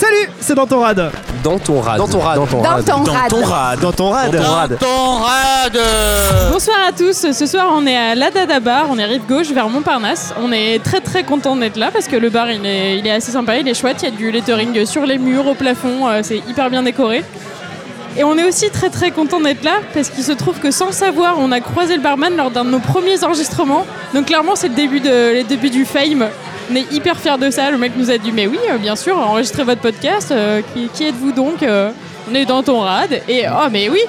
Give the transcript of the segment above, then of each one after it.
Salut, c'est dans ton rad. Dans ton rad. Bonsoir à tous, ce soir on est à l'Adada Bar, on est rive gauche vers Montparnasse. On est très très content d'être là parce que le bar il est assez sympa, il est chouette, il y a du lettering sur les murs, au plafond, c'est hyper bien décoré. Et on est aussi très très content d'être là parce qu'il se trouve que sans le savoir, on a croisé le barman lors d'un de nos premiers enregistrements. Donc clairement c'est le début du fame. On est hyper fiers de ça. Le mec nous a dit mais oui, bien sûr, enregistrez votre podcast. Qui êtes-vous donc On est dans ton rad. Et oh mais oui,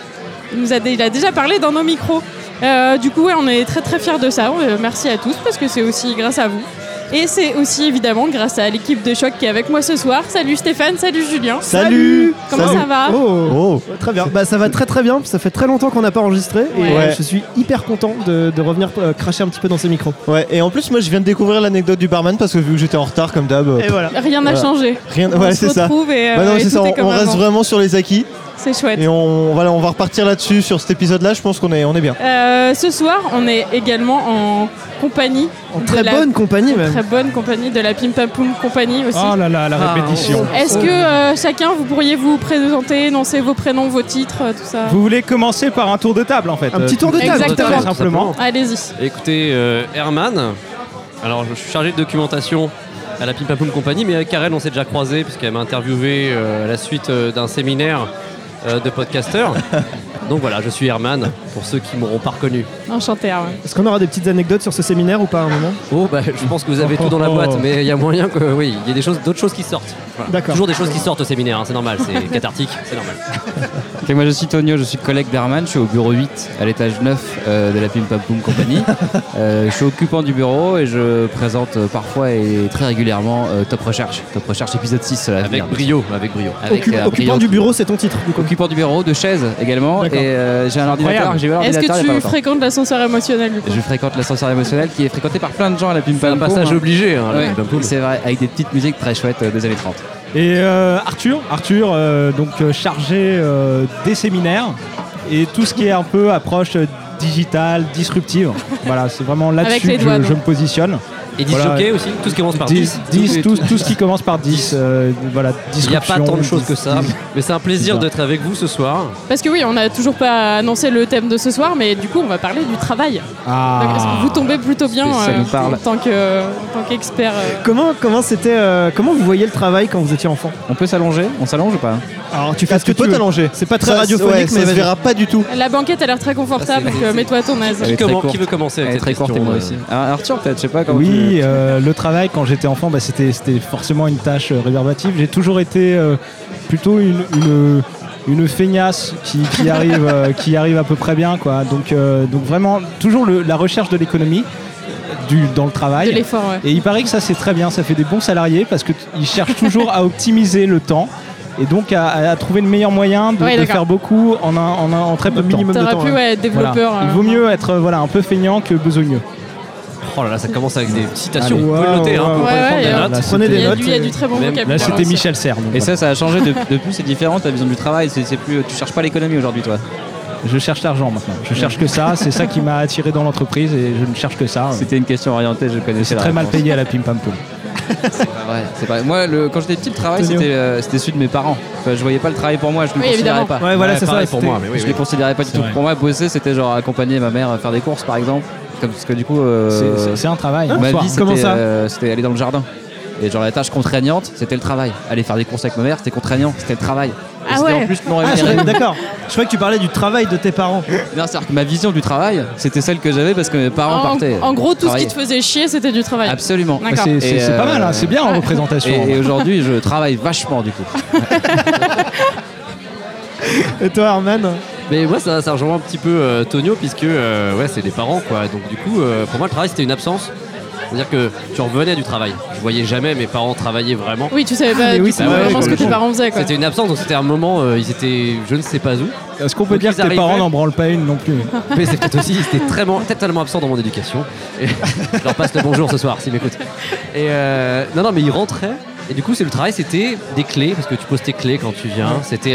il a déjà parlé dans nos micros. Du coup, ouais, on est très très fiers de ça. Merci à tous parce que c'est aussi grâce à vous. Et c'est aussi évidemment grâce à l'équipe de Choc qui est avec moi ce soir. Salut Stéphane, salut Julien. Salut. Comment ça va ? Oh, très bien. Bah ça va très très bien. Ça fait très longtemps qu'on n'a pas enregistré et je suis hyper content de revenir cracher un petit peu dans ces micros. Ouais. Et en plus moi je viens de découvrir l'anecdote du barman parce que vu que j'étais en retard comme d'hab. Et voilà. Rien n'a changé. On se retrouve et c'est tout ça. est comme On reste avant. vraiment sur les acquis. C'est chouette. Et on va repartir là-dessus sur cet épisode-là. Je pense qu'on est bien. Ce soir, on est également en compagnie. Très bonne compagnie même. Très bonne compagnie de la Pim Pam Poum Compagnie aussi. Oh là là, la répétition. Est-ce que chacun, vous pourriez vous présenter, énoncer vos prénoms, vos titres, tout ça ? Vous voulez commencer par un tour de table en fait. Un petit tour de table, Exactement. Très simplement. Allez-y. Écoutez, Herman, alors je suis chargé de documentation à la Pim Pam Poum Compagnie, mais avec Karen on s'est déjà croisés puisqu'elle m'a interviewé à la suite d'un séminaire de podcasteurs. Donc voilà, je suis Herman, pour ceux qui m'auront pas reconnu. Enchanté, Arwen. Est-ce qu'on aura des petites anecdotes sur ce séminaire ou pas à un moment ? Oh bah je pense que vous avez tout dans la boîte, mais il y a moyen que oui, il y ait d'autres choses qui sortent. Voilà. D'accord. Toujours des choses qui sortent au séminaire, c'est normal, c'est cathartique, c'est normal. Okay, moi je suis Tonio, je suis collègue d'Herman, je suis au bureau 8 à l'étage 9 de la Pim Pam Poum Compagnie. Je suis occupant du bureau et je présente parfois et très régulièrement Top Recherche épisode 6 à Avec brio. Occupant du bureau, c'est ton titre du coup. Occupant du bureau, de chaise également. D'accord. Et j'ai un ordinateur, j'ai eu Est-ce l'ordinateur il y a pas que tu longtemps. fréquentes l'ascenseur émotionnel du coup ? Je fréquente l'ascenseur émotionnel qui est fréquenté par plein de gens à la Pim C'est un Pam Poum. passage obligé, hein, la Ouais, Pim Pam Poum. c'est vrai, avec des petites musiques très chouettes des années 30. Et Arthur, donc chargé des séminaires et tout ce qui est un peu approche digitale, disruptive. Voilà, c'est vraiment Avec là-dessus les que doigts, je me positionne. Et 10 jockeys aussi, tout ce qui commence par 10. Tout ce qui commence par 10. Voilà, Il n'y a pas tant de choses 10, que ça, 10. mais c'est un plaisir d'être avec vous ce soir. Parce que oui, on n'a toujours pas annoncé le thème de ce soir, mais du coup, on va parler du travail. Donc, est-ce que vous tombez plutôt bien Ça nous parle. en tant qu'expert Comment vous voyez le travail quand vous étiez enfant ? On peut s'allonger ? On s'allonge ou pas ? Alors tu fais ce que Tu peux tu veux. t'allonger. C'est pas très Ça, radiophonique, ouais, mais ça se vas-y. verra pas du tout. La banquette a l'air très confortable, donc mets-toi à ton aise. Elle est très courte. Qui veut commencer Elle avec est très cette courte et question, moi aussi. Arthur peut-être, je sais pas comment Oui, le travail quand j'étais enfant, c'était forcément une tâche réverbative. J'ai toujours été plutôt une feignasse qui arrive à peu près bien, quoi. Donc vraiment toujours la recherche de l'économie dans le travail. De l'effort, ouais. Et il paraît que ça c'est très bien, ça fait des bons salariés parce qu'ils cherchent toujours à optimiser le temps. Et donc à trouver le meilleur moyen de faire beaucoup en très peu de temps. T'aurais pu être développeur. Voilà. Il vaut mieux être un peu feignant que besogneux. Oh là là, ça commence avec des citations. Allez. Vous pouvez le noter, hein. Vous pouvez prendre des ouais, notes. Prenez des notes. Il y a du très bon Même- vocabulaire. Là c'était Michel Serres. donc Et voilà. ça a changé depuis, c'est différent ta vision du travail. C'est plus, tu cherches pas l'économie aujourd'hui, toi. Je cherche l'argent maintenant. Je cherche que ça. C'est ça qui m'a attiré dans l'entreprise et je ne cherche que ça. C'était une question orientée, je connaissais. C'est la très mal réponse. payé à la Pim Pam Poum. C'est pas vrai. C'est pas vrai. Moi, quand j'étais petit, le travail, Tonio. c'était celui de mes parents. Enfin, je voyais pas le travail pour moi, je ne le Oui, considérais évidemment. pas. Ouais, voilà, c'est ça. pareil pour moi, mais oui, Je oui. les considérais pas du C'est tout. vrai. Pour moi, bosser, c'était genre accompagner ma mère à faire des courses, par exemple. Parce que du coup, C'est un travail. ma Bonsoir. vie, Comment ça c'était aller dans le jardin. Et genre la tâche contraignante, c'était le travail. Aller faire des courses avec ma mère, c'était contraignant, c'était le travail. Et Ah c'était ouais. en plus non Ah, rémunéré. d'accord. Je croyais que tu parlais du travail de tes parents. Non, c'est-à-dire que ma vision du travail, c'était celle que j'avais parce que mes parents partaient. En gros, tout ce travailler. qui te faisait chier, c'était du travail. Absolument. D'accord. C'est pas mal, hein. C'est bien en représentation. Et aujourd'hui, je travaille vachement du coup. Et toi, Herman ? Mais moi, ça rejoint un petit peu Tonio, puisque ouais, c'est des parents, quoi. Donc, du coup, pour moi, le travail, c'était une absence. C'est-à-dire que tu revenais du travail. Je voyais jamais mes parents travailler vraiment. Oui, tu savais pas mais oui, du c'est coup, vrai, vraiment je ce que tes comprends. parents faisaient, quoi. C'était une absence, donc c'était un moment, ils étaient je ne sais pas où. Est-ce qu'on peut Donc, dire ils que tes parents arrivaient- n'en branlent pas une non plus? Mais c'est peut-être aussi, ils étaient totalement absents dans mon éducation. Et je leur passe le bonjour ce soir, s'ils m'écoutent. Et non, mais ils rentraient. Et du coup, le travail, c'était des clés, parce que tu poses tes clés quand tu viens. C'était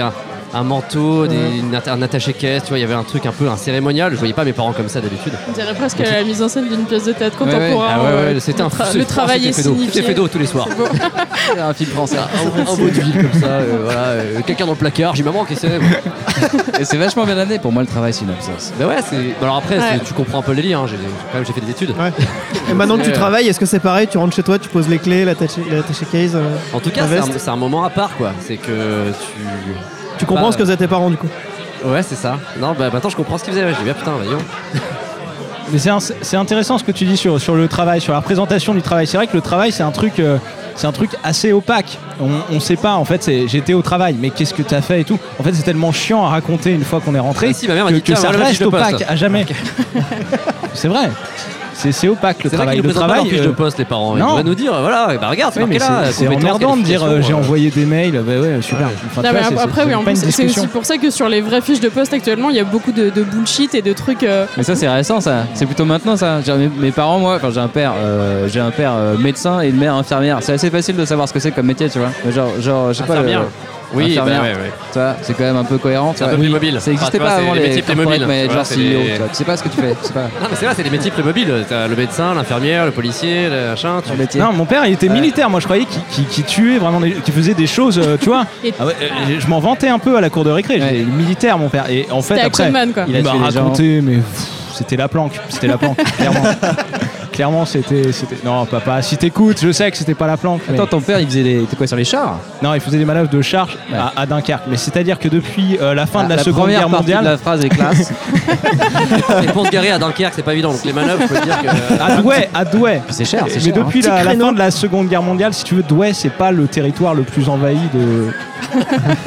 un manteau, un attaché-caisse, tu vois, il y avait un truc un cérémonial. Je voyais pas mes parents comme ça d'habitude. On dirait presque la mise en scène d'une pièce de théâtre contemporain. C'était le travail est signifié. C'était fait d'eau tous les soirs. C'est un film français. Un vaudeville comme ça, quelqu'un dans le placard, j'ai maman qui sait. Et c'est vachement bien amené pour moi le travail synopsis. Bah ouais, alors après, tu comprends un peu le délire, hein. J'ai fait des études. Ouais. Et maintenant que tu travailles, est-ce que c'est pareil? Tu rentres chez toi, tu poses les clés, l'attaché case. En tout cas, c'est un moment à part, quoi. C'est que tu comprends ce que faisaient tes parents, du coup. Ouais, c'est ça. Non, bah maintenant je comprends ce qu'ils faisaient. J'ai dit, putain, voyons. Mais c'est intéressant ce que tu dis sur le travail, sur la présentation du travail. C'est vrai que le travail, c'est un truc assez opaque. On sait pas, en fait, j'étais au travail, mais qu'est-ce que tu as fait et tout. En fait, c'est tellement chiant à raconter une fois qu'on est rentré si, ma mère m'a dit, que ça voilà, reste opaque à jamais. C'est vrai. C'est opaque le travail. Le travail, fiche de poste, les parents. Ils vont nous dire, voilà, bah regarde, c'est marqué là. C'est emmerdant de dire j'ai envoyé des mails. Bah ouais, super. Enfin, non, mais après, oui, en plus, c'est aussi pour ça que sur les vraies fiches de poste actuellement, il y a beaucoup de bullshit et de trucs. Mais ça, c'est récent, ça. C'est plutôt maintenant, ça. Mes parents, moi, enfin, j'ai un père médecin et une mère infirmière. C'est assez facile de savoir ce que c'est comme métier, tu vois. Genre, je sais pas. Oui, infirmière. ouais. Ça, c'est quand même un peu cohérent. C'est un peu plus mobile. Ça n'existait pas avant les métiers Playmobil. Mais genre CEO, tu sais pas ce que tu fais. Non, mais c'est vrai, c'est les métiers Playmobil. T'as le médecin, l'infirmière, le policier, le machin. Non, mon père, il était militaire. Moi, je croyais qu'il tuait vraiment, qu'il faisait des choses, tu vois. Je m'en vantais un peu à la cour de récré. J'étais militaire, mon père. Et en fait, après, il m'a raconté, mais c'était la planque, clairement. Clairement, c'était. Non, papa, si t'écoutes, je sais que c'était pas la planque. Attends, ton père, il faisait t'es quoi sur les chars? Non, il faisait des manœuvres de chars à Dunkerque. Mais c'est-à-dire que depuis la fin de la Seconde Guerre mondiale. La phrase est classe. Et pour se garer à Dunkerque, c'est pas évident. Donc les manœuvres, je peux dire que. À Douai. C'est cher. Mais depuis la fin de la Seconde Guerre mondiale, si tu veux, Douai, c'est pas le territoire le plus envahi de.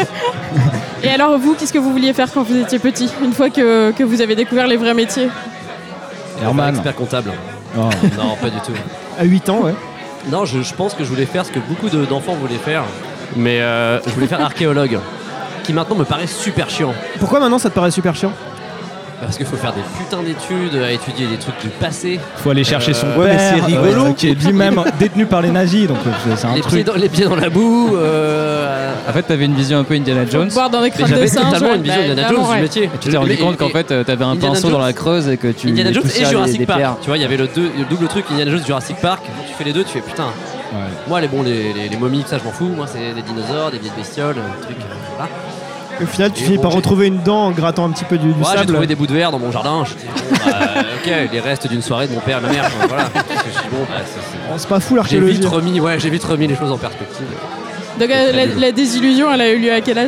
Et alors, vous, qu'est-ce que vous vouliez faire quand vous étiez petit, une fois que vous avez découvert les vrais métiers? Herman. Expert comptable. Oh. Non, pas du tout. À 8 ans, ouais. Non, je pense que je voulais faire ce que beaucoup d'enfants voulaient faire. Mais je voulais faire archéologue. Qui maintenant me paraît super chiant. Pourquoi maintenant ça te paraît super chiant? Parce qu'il faut faire des putains d'études, à étudier des trucs du passé. Faut aller chercher son père, mais c'est rigolo. Qui est lui-même détenu par les nazis, donc c'est un truc. Les pieds dans la boue. En fait, t'avais une vision un peu Indiana Jones. Boire dans des crânes de J'avais singe, totalement une vision Indiana Jones du métier. Tu t'es rendu compte qu'en fait, t'avais un pinceau dans la Creuse et que tu. Indiana Jones et Jurassic Park. Tu vois, il y avait le double truc Indiana Jones, Jurassic Park. Tu fais les deux, tu fais putain. Moi, les momies, ça, je m'en fous. Moi, c'est des dinosaures, des vieilles bestioles, des trucs. Voilà. Au final, tu finis par retrouver une dent en grattant un petit peu du sable. J'ai trouvé des bouts de verre dans mon jardin. Je dis, ok, les restes d'une soirée de mon père et ma mère. Voilà. C'est pas fou l'archéologie. J'ai vite remis les choses en perspective. Donc la désillusion, elle a eu lieu à quel âge?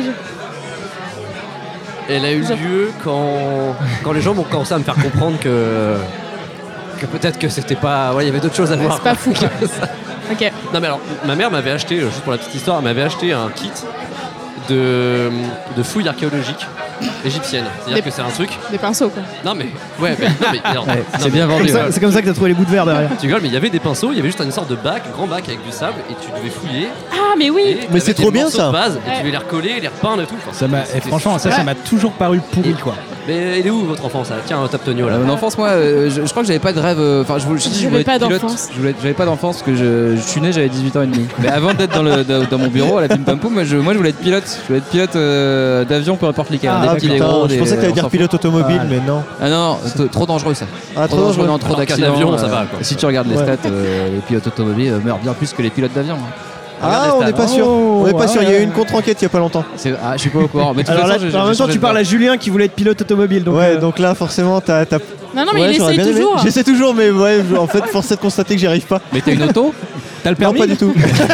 Elle a eu lieu quand les gens m'ont commencé à me faire comprendre que peut-être que c'était pas. Ouais, il y avait d'autres choses à voir. C'est pas fou, quoi. Ok. Non, mais alors, ma mère m'avait acheté, juste pour la petite histoire, elle m'avait acheté un kit de fouilles archéologiques égyptiennes. C'est-à-dire que c'est un truc. Des pinceaux, quoi. Non, mais. Ouais, c'est bien vendu. C'est comme ça que t'as trouvé les bouts de verre derrière. Tu rigoles, mais il y avait des pinceaux, il y avait juste une sorte de bac, grand bac avec du sable, et tu devais fouiller. Ah, mais oui! Mais c'est trop bien ça! Base, et tu devais les recoller, les repeindre et tout. Franchement, ça m'a toujours paru pourri, quoi. Mais elle est où votre enfance? Tiens, Top Tonio là. Mon enfance, moi, je crois que j'avais pas de rêve. Enfin, je voulais être pilote. J'avais pas d'enfance parce que je suis né, j'avais 18 ans et demi. Mais avant d'être dans mon bureau à la Pim Pam Poum, moi je voulais être pilote. Je voulais être pilote d'avion, peu importe lesquels. Je pensais que t'allais dire pilote automobile, mais non. Ah non, trop dangereux ça. Trop dangereux, non, trop d'accidents. D'avion, ça va. Si tu regardes les stats, les pilotes automobiles meurent bien plus que les pilotes d'avion. On n'est pas sûr. On n'est pas sûr. Il y a eu une contre-enquête il y a pas longtemps. Je suis pas au courant. Mais alors là, en même temps, tu parles à Julien qui voulait être pilote automobile. Donc donc là, forcément, t'as. Non, mais il essaye toujours. J'essaie toujours, mais en fait, force est de constater que j'y arrive pas. Mais t'as une auto? T'as le permis? Non, pas du tout.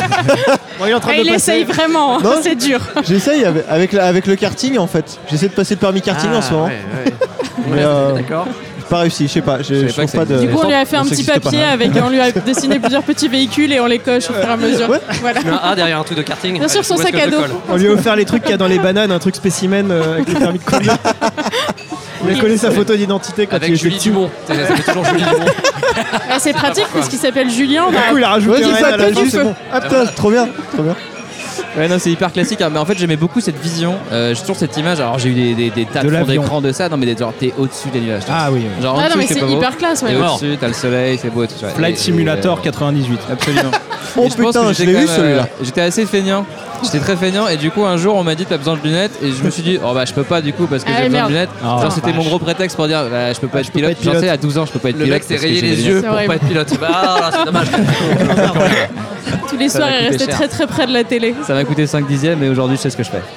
Il essaye vraiment. C'est dur. J'essaye avec le karting en fait. J'essaie de passer le permis karting en ce moment. Mais d'accord. Pas réussi, je sais pas. Je trouve pas de. Du coup, on lui a fait un petit papier on lui a dessiné plusieurs petits véhicules et on les coche au fur et à mesure. Voilà. Derrière un truc de karting. Bien sûr, son sac à dos. On lui a offert les trucs qu'il y a dans les bananes, un truc spécimen avec le permis de conduire. Il a collé sa photo d'identité quand il était Julie Dumont. Ça fait toujours Julie Dumont. C'est pratique parce qu'il s'appelle Julien. Du coup, il a rajouté un à la c'est bon. Ah putain, trop bien. Ouais, non, c'est hyper classique, hein. Mais en fait, j'aimais beaucoup cette vision. J'ai toujours cette image. Alors, j'ai eu des tas de fonds d'écran de ça. Non, mais genre, t'es au-dessus des nuages. Ah oui. Genre, non, mais c'est hyper classe, ouais. T'es au-dessus, t'as le soleil, c'est beau et tout ça. Flight Simulator 98. Absolument. Oh putain, je l'ai vu celui-là. J'étais assez feignant. J'étais très feignant et du coup un jour on m'a dit t'as besoin de lunettes et je me suis dit oh bah je peux pas du coup parce que j'ai besoin de lunettes. Genre c'était mon gros prétexte pour dire bah, je peux pas être pilote. J'en sais à 12 ans je peux pas être pilote. Le mec s'est rayé les yeux pour pas être pilote. Bah c'est dommage. Tous les soirs il restait très très près de la télé. Ça m'a coûté 5 dixièmes et aujourd'hui je sais ce que je fais.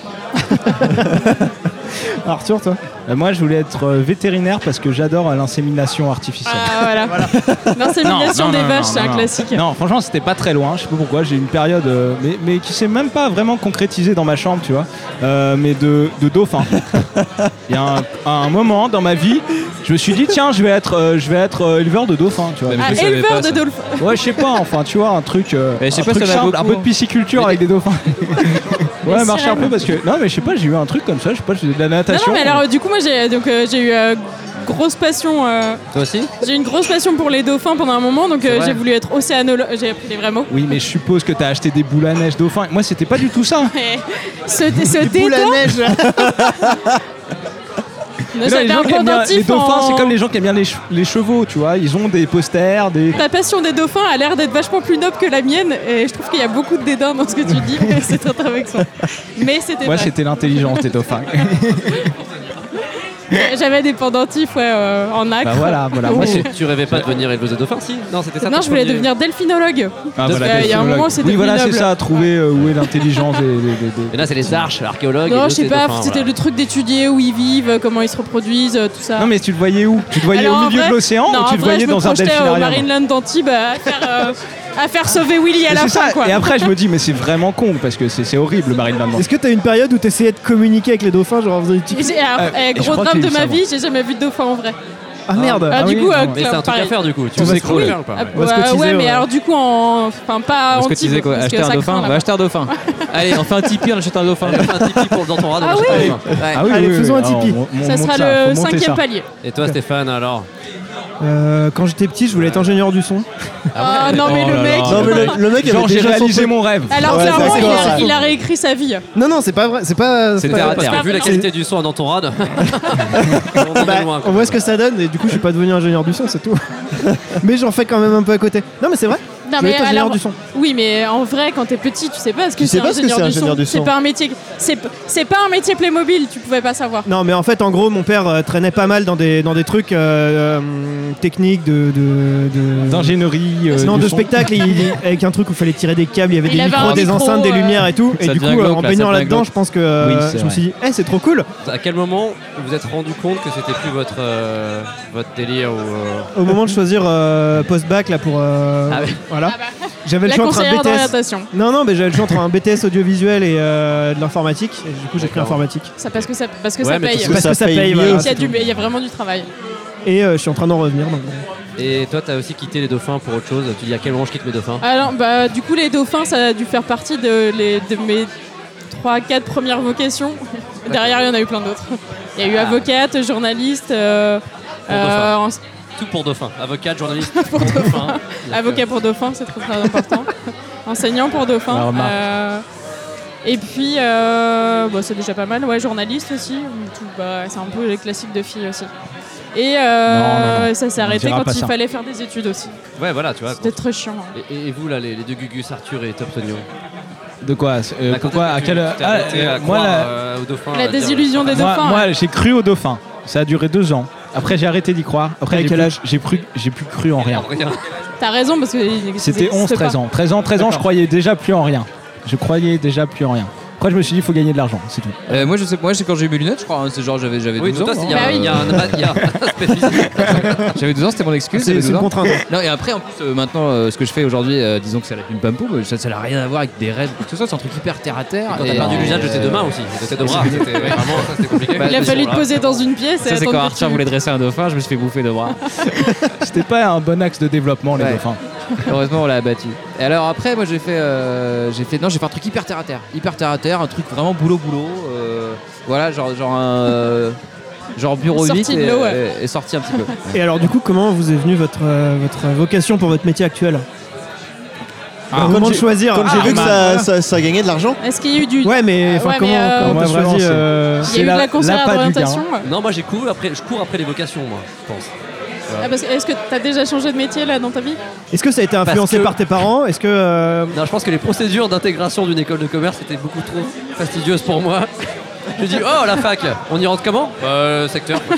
Arthur, toi? Moi, je voulais être vétérinaire parce que j'adore l'insémination artificielle. Ah voilà. L'insémination des vaches, c'est un classique. Non, franchement, c'était pas très loin. Je sais pas pourquoi. J'ai eu une période, mais qui s'est même pas vraiment concrétisée dans ma chambre, tu vois. Mais de dauphin. Il y a un moment dans ma vie, je me suis dit tiens, je vais être éleveur de dauphins, tu vois. Éleveur de dauphins. Ouais, je sais pas. Enfin, tu vois, un truc. Je sais un pas truc si on a simple, beaucoup, un peu de pisciculture avec des dauphins. Ouais, marcher un peu parce que non, mais je sais pas. J'ai eu un truc comme ça. Je sais pas. Je faisais de la natation. Non, mais alors du coup moi j'ai eu grosse passion. Toi aussi? J'ai une grosse passion pour les dauphins pendant un moment, donc j'ai voulu être océanologue. J'ai appris les vrais mots. Oui, mais je suppose que t'as acheté des boules à neige dauphins. Moi, c'était pas du tout ça. Ce Boule à neige. J'avais un pendentif les dauphins, c'est comme les gens qui aiment bien les chevaux, tu vois. Ils ont des posters, des. Ta passion des dauphins a l'air d'être vachement plus noble que la mienne, et je trouve qu'il y a beaucoup de dédain dans ce que tu dis. C'est très vexant. Mais c'était Moi, vrai. c'était l'intelligence des dauphins. J'avais des pendentifs en acre. Bah voilà. Moi, Tu rêvais pas de devenir éleveuse de dauphins, si? Non, c'était ça. Non, ton je voulais premier- devenir delphinologue. Ah, Parce qu'il y a un moment, c'était oui, voilà, plus c'est noble. ça, trouver où est l'intelligence des. Et là, c'est les arches, archéologues. et Non, nous, je sais c'est pas, dauphins, c'était voilà. le truc d'étudier où ils vivent, comment ils se reproduisent, tout ça. Non, mais tu le voyais où? Tu le voyais Alors, au en milieu vrai- de l'océan non, ou tu en le vrai, voyais je me dans un projetais au delphinarium? Marineland d'Antibes à faire sauver Willy à Et la c'est fin, ça. quoi. Et après, je me dis, mais c'est vraiment con parce que c'est horrible le Marineland. Est-ce que t'as une période où t'essayais de communiquer avec les dauphins, genre en faisant des petits. je Gros crois drame qu'il de y a ma eu ça, vie, j'ai jamais vu de dauphin en vrai. Ah merde. Du coup, Mais c'est un truc à pareil. faire du coup. Tu On va sais se quoi coller. faire ou pas? Ah, On va se cotiser, ouais, mais ouais. alors du coup, enfin pas Parce en que tu disais quoi? parce que Acheter un ça dauphin? craint, On va là-bas. acheter un dauphin. Allez, on fait un Tipeee, on achète un dauphin. On fait un Tipeee pour dans ton rad, on Ah achète oui. un dauphin. Ouais. Ah oui, Allez, oui, faisons un alors, Tipeee. on Ça monte sera faut le monter 5e ça. palier. Et toi, Stéphane, alors? Quand j'étais petit, je voulais être ingénieur du son. Ah non, mais Oh le là mec. là. Non, mais le mec Genre, avait j'ai déjà son réalisé truc. mon rêve. Alors Ouais, clairement, c'est ça. il a réécrit sa vie. Non, c'est pas vrai. C'est pas. C'était pas- à terre. Parce que vu la Non. qualité du son dans ton rad, on en Bah, est loin. on voit ce que ça donne et du coup je suis pas devenu ingénieur du son, c'est tout. Mais j'en fais quand même un peu à côté. Non mais c'est vrai. Non, Je voulais être ingénieur du son. Oui, mais en vrai, quand t'es petit, tu sais pas ce que Tu sais c'est pas ce que c'est ingénieur du son. C'est pas un métier. C'est pas un métier Playmobil. Tu pouvais pas savoir. Non mais en fait en gros mon père traînait pas mal dans des trucs techniques D'ingénierie. non, du de son. spectacle avec un truc où il fallait tirer des câbles, il y avait Il des avait micros, un des micro, enceintes, des lumières et tout. Ça Et du devient coup glauque, en là, baignant ça devient là-dedans, glauque. je pense que Oui, c'est je me vrai. suis dit, c'est trop cool. À quel moment vous vous êtes rendu compte que c'était plus votre délire ou Au moment de choisir post-bac là pour Ah oui. voilà. bah, J'avais le La choix entre un conseillère BTS. d'orientation. Non, mais j'avais le choix entre un BTS audiovisuel et de l'informatique. Et du coup, j'ai pris informatique. Ça parce que ça Ouais, ça mais paye. tout Parce que ça paye, mieux. voilà. Il y a vraiment du travail. Et je suis en train d'en revenir. Donc. Et toi, t'as aussi quitté les dauphins pour autre chose. Tu dis à quel moment je quitte mes dauphins? Alors, bah, du coup, les dauphins, ça a dû faire partie de mes 3-4 premières vocations. Derrière, il y en a eu plein d'autres. Il y a eu avocate, journaliste, dauphin. Tout pour dauphin. Avocate, journaliste pour dauphin. avocat pour dauphin, c'est très très important. Enseignant pour dauphin. La remarque. Et puis, bon, c'est déjà pas mal. Ouais, journaliste aussi. C'est un peu les classiques de filles aussi. Et Non. ça s'est On arrêté dira quand pas il ça. fallait faire des études aussi. Ouais, voilà, tu vois. C'était très chiant. Hein. Et vous, là, les deux Gugus, Arthur et Top Tonio? De quoi Bah, quand Pourquoi est-ce À que quelle tu t'es arrêté à moi, croire, la- aux dauphins, La à dire, désillusion des dauphins. moi, j'ai cru au dauphin. Ça a duré 2 ans. Après, j'ai arrêté d'y croire. Après, À quel âge j'ai plus cru en rien. Rien. T'as raison parce que C'était 11-13 ans. 13 ans, je D'accord. croyais déjà plus en rien. Je croyais déjà plus en rien. Après, je me suis dit, il faut gagner de l'argent, c'est tout. Moi, je sais, moi, c'est quand j'ai eu mes lunettes, je crois. Hein, c'est genre, j'avais Oui, 12 ans. toi, non il y a Bah oui. il y a un aspect physique. J'avais 12 ans, c'était mon excuse. C'est j'avais une 12 ans. contrainte. Non, et après, en plus, maintenant, ce que je fais aujourd'hui, disons que c'est la pim pam poum, ça n'a rien à voir avec des rêves ou quoi que ce soit, c'est un truc hyper terre à terre. Quand t'as perdu l'usage de tes deux mains aussi, de tes deux bras, c'était vraiment ça, c'était compliqué. Bah, Il a fallu te Voilà. poser dans une pièce et Ça, c'est attendre quand que Arthur tu- voulait dresser un dauphin, je me suis fait bouffer de bras. C'était pas un bon axe de développement, les Ouais. dauphins. Heureusement, on l'a abattu. Et alors, après, moi, j'ai fait un truc hyper terre à terre, un truc vraiment boulot. Voilà, genre bureau Sorti 8 de l'eau, ouais. et sorti un petit peu. Et alors du coup, comment vous est venue votre vocation pour votre métier actuel? Au moment de choisir. Comme j'ai vu que ça gagnait de l'argent. Est-ce qu'il y a eu du. Ouais, mais enfin Ouais, comment mais, comment t'as moi, vraiment, choisi Il y a eu de la conseillère l'appât du d'orientation. Non, moi je cours après les vocations, moi, je pense. Ah, est-ce que t'as déjà changé de métier là dans ta vie? Est-ce que ça a été influencé par tes parents? Est-ce que Non, je pense que les procédures d'intégration d'une école de commerce étaient beaucoup trop fastidieuses pour moi. Je dis, oh la fac, on y rentre comment? Secteur, ok.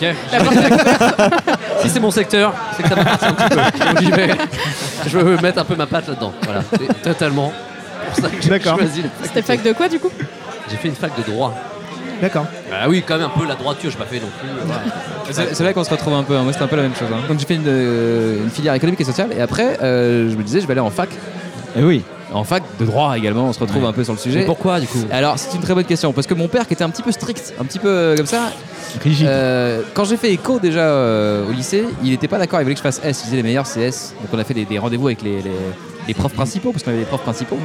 Si c'est mon secteur, c'est que ça m'appartient un petit peu. Donc j'y vais. Je veux mettre un peu ma patte là-dedans. Voilà, c'est totalement pour ça que j'ai choisi la fac. C'était fac de quoi du coup? J'ai fait une fac de droit. D'accord. Ah oui, quand même un peu la droiture, j'ai pas fait non plus. Voilà. C'est là qu'on se retrouve un peu. Moi, c'était un peu la même chose. Donc, j'ai fait une filière économique et sociale. Et après, je me disais, je vais aller en fac. Et oui. En fac de droit également, on se retrouve un peu sur le sujet. Et pourquoi du coup? Alors, c'est une très bonne question. Parce que mon père, qui était un petit peu strict, un petit peu comme ça, Rigide. quand j'ai fait éco déjà au lycée, il n'était pas d'accord. Il voulait que je fasse S. Il disait les meilleurs, c'est S. Donc, on a fait des rendez-vous avec les profs principaux, parce qu'on avait des profs principaux.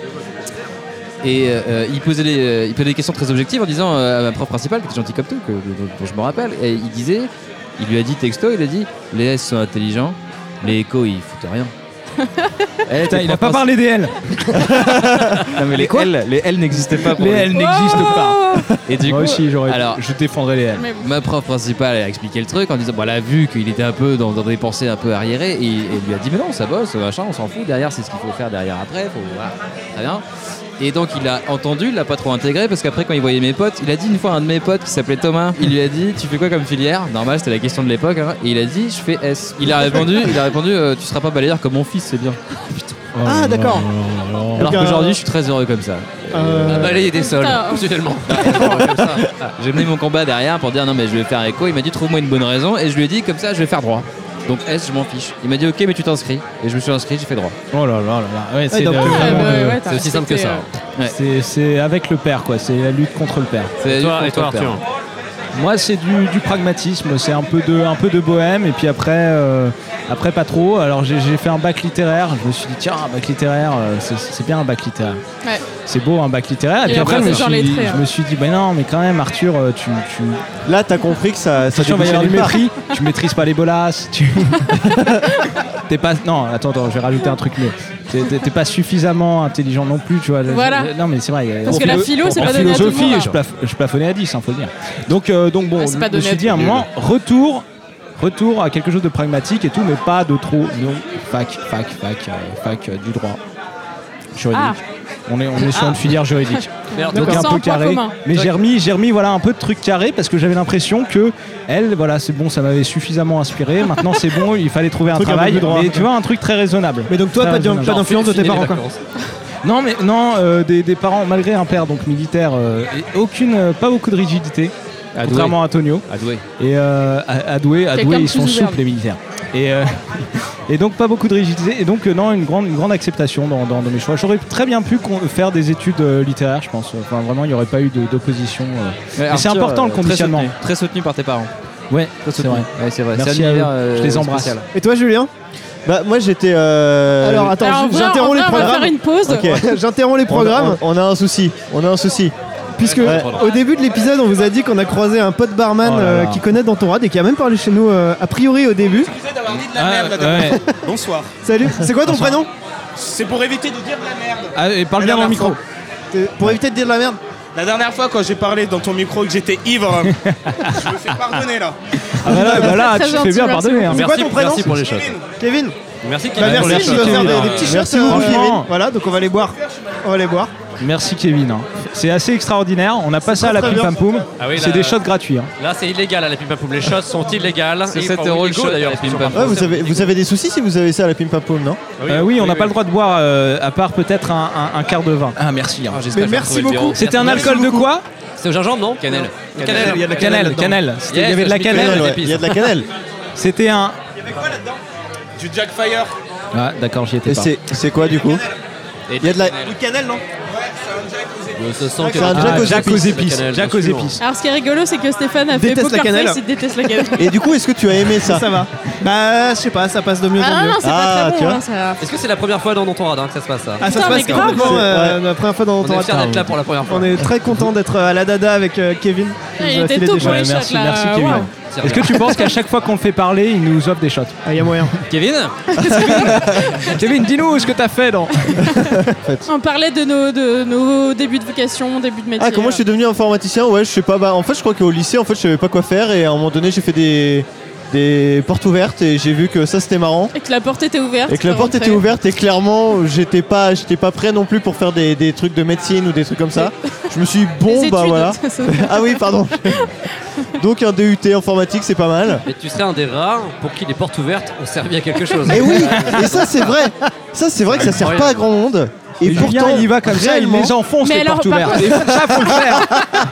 Et il posait des questions très objectives en disant à ma prof principale, qui était gentille comme tout, dont je me rappelle, et il lui a dit texto, il a dit les S sont intelligents, les échos ils foutent rien. Putain, il a pas parlé des L. Non mais les L n'existaient pas pour Les L n'existent pas. Et du Moi coup, aussi, alors, je défendrais les L. ma prof principale a expliqué le truc en disant, bon, elle a vu qu'il était un peu dans des pensées un peu arriérées, et elle lui a dit mais non, ça bosse, machin, on s'en fout, derrière c'est ce qu'il faut faire derrière après, voilà, très bien. Et donc il a entendu, il l'a pas trop intégré, parce qu'après quand il voyait mes potes, il a dit une fois à un de mes potes qui s'appelait Thomas, il lui a dit tu fais quoi comme filière? Normal, c'était la question de l'époque, hein, et il a dit je fais S. Il a répondu tu seras pas balayeur comme mon fils, c'est bien. Ah, d'accord. Alors qu'aujourd'hui je suis très heureux comme ça. Balayer des sols, Putain. optionnellement. J'ai mené mon combat derrière pour dire non mais je vais faire éco, il m'a dit trouve-moi une bonne raison, et je lui ai dit comme ça je vais faire droit. Donc S, je m'en fiche. Il m'a dit ok mais tu t'inscris, et je me suis inscrit, j'ai fait droit. Oh là là là là. Ouais, c'est donc, C'est aussi simple que ça. c'est avec le père, quoi. C'est la lutte contre le père. Et toi Arthur? Moi, c'est du pragmatisme. C'est un peu de bohème. Et puis après pas trop. Alors, j'ai fait un bac littéraire. Je me suis dit, tiens, un bac littéraire, c'est bien un bac littéraire. Ouais. C'est beau un bac littéraire. Et Et puis après, après, je me suis dit, ben non, mais quand même, Arthur, tu Là, t'as compris que ça attention, il va y débouchait avoir du nulle part. mépris. Tu maîtrises pas les bolasses. T'es pas. Non, attends, je vais rajouter un truc mieux. T'es pas suffisamment intelligent non plus, tu vois. Voilà. Non, mais c'est vrai. Parce que la philo, c'est pas donné à tout le philosophie, monde. je plafonnais à 10, faut le dire. Donc bon, Ouais, c'est pas je me donné suis à dit à un tout le moment, retour à quelque chose de pragmatique et tout, mais pas de trop. Non, fac du droit. Juridique. Ah. On est sur une filière juridique. Merde, Donc D'accord. un Sans peu point carré. commun. Mais j'ai remis voilà, un peu de trucs carrés parce que j'avais l'impression que elle, voilà, c'est bon, ça m'avait suffisamment inspiré. Maintenant c'est bon, il fallait trouver un Truc un peu travail. plus droit. Mais tu vois, un truc très raisonnable. Mais donc toi, Très pas raisonnable. d'influence de tes parents, quoi. Non, mais non, des parents, malgré un père donc militaire, et pas beaucoup de rigidité, contrairement à Tonio. Adoué. Et Adoué, Quelqu'un de ils sont plus ouvert. souples les militaires. Et donc pas beaucoup de rigidité. Et donc non, une grande acceptation dans mes choix. J'aurais très bien pu faire des études littéraires, je pense. Enfin vraiment, il n'y aurait pas eu d'opposition. Mais c'est important le conditionnement. Très soutenu par tes parents. Ouais, Très c'est soutenu. vrai. Ouais, c'est vrai. Merci C'est un à eux. univers, Je les embrasse. spécial. Et toi, Julien? Bah, moi, j'étais. Alors attends, Alors, en vrai, j'interromps les on va faire programmes. une pause. Ok. J'interromps les programmes. On a un souci. Puisque Ouais. au début de l'épisode, on vous a dit qu'on a croisé un pote barman Oh là là. qui connaît Dantorade et qui a même parlé chez nous a priori au début. Excusez d'avoir dit de la Ah, merde la dernière ouais. fois. Bonsoir. Salut, c'est quoi ton prénom? C'est pour éviter de dire de la merde. Ah, et parle bien dans le micro. Pour éviter de dire de la merde. La dernière fois quand j'ai parlé dans ton micro et que j'étais ivre, je me fais pardonner là. Ah bah là, Très tu gentil, fais bien merci pardonner. Hein. C'est quoi ton prénom? Merci pour les shots. Kevin. Merci Bah Kevin. merci, tu vas faire des petits shots. Merci beaucoup, Kevin. Kevin. Voilà, donc on va les boire. Merci Kevin. Hein. C'est assez extraordinaire. On a pas ça à la très Pim bien. Pam Poum. Ah oui, C'est là- des shots gratuits. Hein. Là, c'est illégal à la Pim Poum. Les shots sont illégales. C'est Et 7 enfin, euros le illégaux, shot, d'ailleurs. la Pim Pam. Ouais, vous avez des soucis si vous avez ça à la Pim Pam Poum, non? Oui, on n'a pas le droit de boire à part peut-être un quart de vin. Ah merci. Hein. Mais merci beaucoup. C'était un alcool de quoi? C'est au gingembre, non? Cannelle. Cannelle. Il y a de la Cannelle. Il y avait de la cannelle. Ouais, il y a de la cannelle. C'était un. Du Jack Fire. Ah d'accord, j'y étais Et pas. c'est quoi du coup? Il y a de la. Cannelle, non? Ça sent que C'est un Ah, Jack aux épices. Jack aux épices. Alors, ce qui est rigolo, c'est que Stéphane a fait Déteste la Poker cannelle. Face, il déteste la cannelle. Et du coup, est-ce que tu as aimé ça? Ça va. Bah, je sais pas, ça passe de mieux en Ah mieux. non, c'est Ah, pas tu très bon. vois. Hein, ça... Est-ce que c'est la première fois dans Dantorade que ça se passe ça? Ah, ça se Putain, passe mais grave. complètement C'est- la première fois dans On est Dantorade. fiers d'être là pour la première fois. On est très content d'être à la dada avec Kevin. qui Il nous a était filé tôt des pour shots. les shots merci, là. merci Kevin. Waouh. Est-ce que tu penses qu'à chaque fois qu'on le fait parler, il nous offre des shots? Ah, il y a moyen. Kevin? Kevin, dis-nous ce que t'as fait dans. On parlait de nos débuts de vocation, début de métier. Ah, comment je suis devenu informaticien? Ouais, je sais pas. Bah, en fait, je crois qu'au lycée, en fait, je savais pas quoi faire et à un moment donné, j'ai fait des portes ouvertes et j'ai vu que ça c'était marrant. Et que la porte était ouverte. Et que la porte était ouverte et clairement j'étais pas prêt non plus pour faire des trucs de médecine ou des trucs comme ça. Je me suis dit bon Les bah études, voilà. ça. Ah oui pardon. Donc un DUT informatique c'est pas mal. Et tu serais un des rares pour qui les portes ouvertes ont servi à quelque chose. Et oui, et ça c'est vrai. Ça c'est vrai que ça sert pas à grand monde. Et Julien, il y va comme ça, il réellement- les enfonce Mais les alors, portes par ouvertes. contre- Et ça, faut le faire.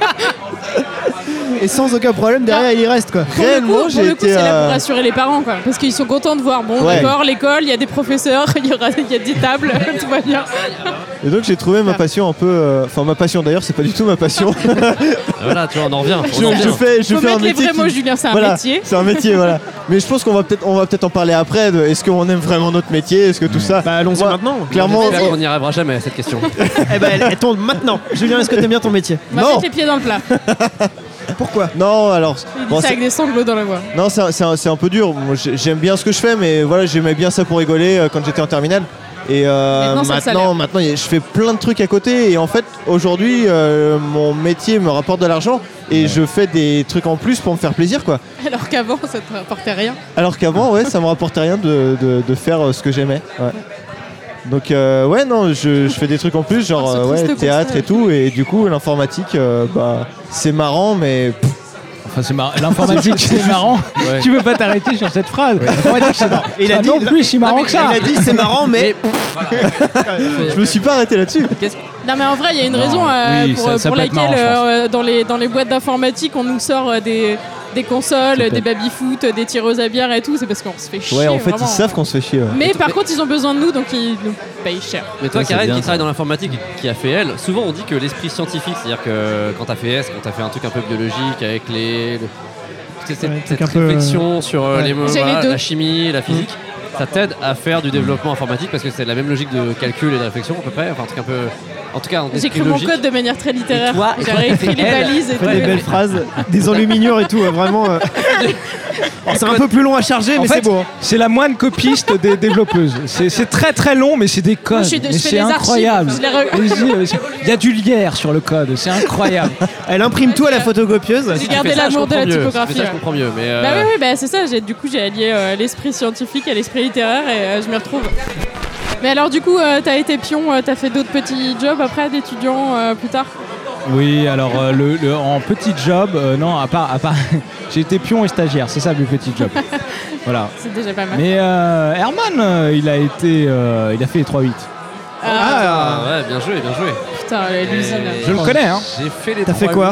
Et sans aucun problème, derrière, il y reste quoi. Réellement Pour j'ai le coup, été. c'est là pour rassurer les parents, quoi. Parce qu'ils sont contents de voir, bon, Ouais. d'accord, l'école, il y a des professeurs, il y a des tables, tout va bien. Et donc j'ai trouvé ma passion un peu. Enfin ma passion d'ailleurs c'est pas du tout ma passion. Voilà, tu vois, on en revient. je fais Faut un mettre les métier. vrais qui- mots, Julien, c'est un Voilà, métier. c'est un métier, voilà. Mais je pense qu'on va peut-être en parler après. Est-ce qu'on aime vraiment notre métier? Est-ce que tout ça? Bah allons-y Moi, maintenant. Clairement, J'espère qu'on n'y arrivera jamais à cette question. Eh ben elle tombe maintenant. Julien, est-ce que t'aimes bien ton métier? On va Non. mettre les pieds dans le plat. Pourquoi? non, alors. Il dit bon, ça avec des sanglots dans la voix. non, c'est un peu dur. Moi, j'aime bien ce que je fais, mais voilà, j'aimais bien ça pour rigoler quand j'étais en terminale. Et Maintenant, ça a le salaire. maintenant, je fais plein de trucs à côté. Et en fait, aujourd'hui, mon métier me rapporte de l'argent et je fais des trucs en plus pour me faire plaisir, quoi. Alors qu'avant, ça te rapportait rien. Alors qu'avant, ouais, ça me rapportait rien de faire ce que j'aimais. Ouais. Donc ouais, non, je fais des trucs en plus, genre Ce triste théâtre constat. et tout. Et du coup, l'informatique, bah, c'est marrant, mais Enfin, c'est marrant. L'informatique, c'est marrant. Tu veux pas t'arrêter sur cette phrase. L'informatique, c'est marrant. Il a Ça dit- non plus si marrant que ça. Il a dit c'est marrant, mais je me suis pas arrêté là-dessus. Non, mais en vrai, il y a une Non, raison oui, pour ça peut être laquelle marrant, je dans les boîtes d'informatique, on nous sort des consoles, des baby-foot, des tireuses à bière et tout. C'est parce qu'on se fait chier. Ouais, en fait, vraiment. ils savent qu'on se fait chier. Ouais. Mais par contre, ils ont besoin de nous, donc ils nous payent cher. Mais toi, Ouais, c'est Karen, bien, qui ça. travaille dans l'informatique, qui a fait elle, souvent on dit que l'esprit scientifique, c'est-à-dire que quand t'as fait S, quand t'as fait un truc un peu biologique avec cette Ouais, cette truc un peu, réflexion sur les mots, J'ai les voilà, deux. la chimie, la physique, ça t'aide à faire du développement informatique parce que c'est la même logique de calcul et de réflexion à peu près, enfin un truc un peu, en tout cas en J'écris esprit mon logique. code de manière très littéraire. Et toi, J'ai réécrit les elle, balises et fait tout. des belles phrases, des enluminures et tout, vraiment. Bon, c'est un peu plus long à charger, En mais fait, c'est beau. Hein. c'est la moine copiste des développeuses. C'est très très long, mais c'est des codes. Moi, je fais Mais les c'est archives, incroyable. je les re- Il y a du lierre sur le code, c'est incroyable. Elle imprime tout à la photocopieuse. J'ai Si tu gardé fais ça, l'amour je de la comprends mieux. typographie. Si tu fais ça, je ouais. comprends mieux, mais Bah oui, bah c'est ça. Du coup, j'ai allié l'esprit scientifique à l'esprit littéraire et je m'y retrouve. Mais alors, du coup, t'as été pion, t'as fait d'autres petits jobs après d'étudiant plus tard. Oui, alors en petit job, non, à part j'ai été pion et stagiaire, c'est ça mes petits jobs. Voilà. C'est déjà pas mal. Mais Herman, il a fait les 3-8. Ah, ouais, bien joué, bien joué. Putain, l'usine. Je le connais, hein. J'ai fait les T'as fait 3-8. quoi?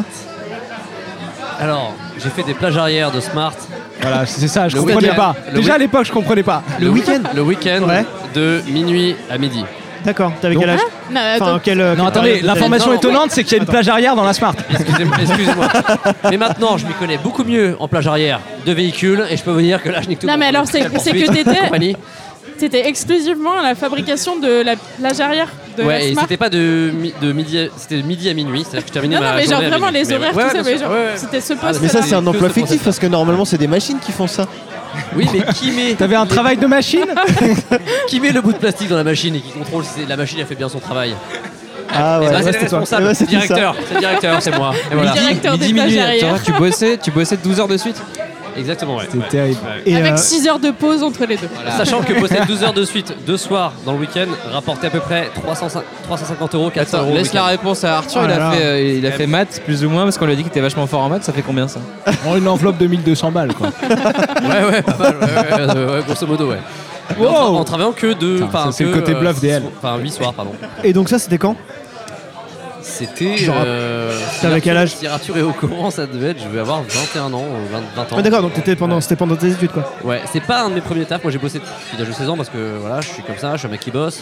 Alors, j'ai fait des plages arrière de Smart. Voilà, c'est ça, je Le comprenais week-end. pas. Le Déjà à week- l'époque, je comprenais pas. Le week-end Ouais. de minuit à midi. D'accord, t'avais Donc, quel âge? Non, Enfin, attends. quel, Non, quelle attendez, période l'information Non, étonnante, c'est qu'il y a une plage arrière dans la Smart. Excusez-moi. Mais maintenant, je m'y connais beaucoup mieux en plage arrière de véhicules et je peux vous dire que là, je nique tout. Non, le mais monde. alors, c'est que Poursuite, t'étais- compagnie. C'était exclusivement à la fabrication de la plage arrière de la Ouais, et Smart. c'était pas de midi, c'était de midi à minuit. C'est-à-dire que je terminais Non, non, ma mais genre journée à vraiment minuit. les horaires, ouais, tout ça. bien Mais sûr, genre, ouais, ouais. c'était ce Ah, poste. Mais ça, c'est un que emploi ce fictif concept. parce que normalement, c'est des machines qui font ça. Oui, mais T'avais un travail de machine qui met le bout de plastique dans la machine et qui contrôle si la machine a fait bien son travail? Ah Eh ouais, ben, c'est ouais, le c'était toi. responsable, Eh ben, c'était ça. directeur, c'est le directeur, c'est moi. Et voilà. Directeur des Midi, plages minuit, arrière. tu bossais 12 heures de suite. Exactement, ouais. C'est terrible. Et, Avec 6 heures de pause entre les deux. Sachant que bosser 12 heures de suite, 2 soirs dans le week-end, rapportait à peu près 350 €, 400 Attends, €. laisse la réponse à Arthur. Oh là là. Il a fait maths plus ou moins parce qu'on lui a dit qu'il était vachement fort en maths. Ça fait combien ça? Bon, une enveloppe de 1200 balles, quoi. Ouais, pas mal, ouais, grosso modo, ouais. Mais en travaillant que deux. Putain, ça, c'est le côté bluff DL. Enfin, 8 soirs, pardon. et donc ça, c'était quand? C'était. Genre, si t'avais quel âge? Si Arthur est au courant, ça devait être. Je vais avoir 21 ans, 20 ans. Ouais, d'accord, donc c'était pendant tes études, quoi. Ouais, c'est pas un de mes premiers tafs. Moi, j'ai bossé depuis l'âge de 16 ans parce que voilà, je suis comme ça, je suis un mec qui bosse.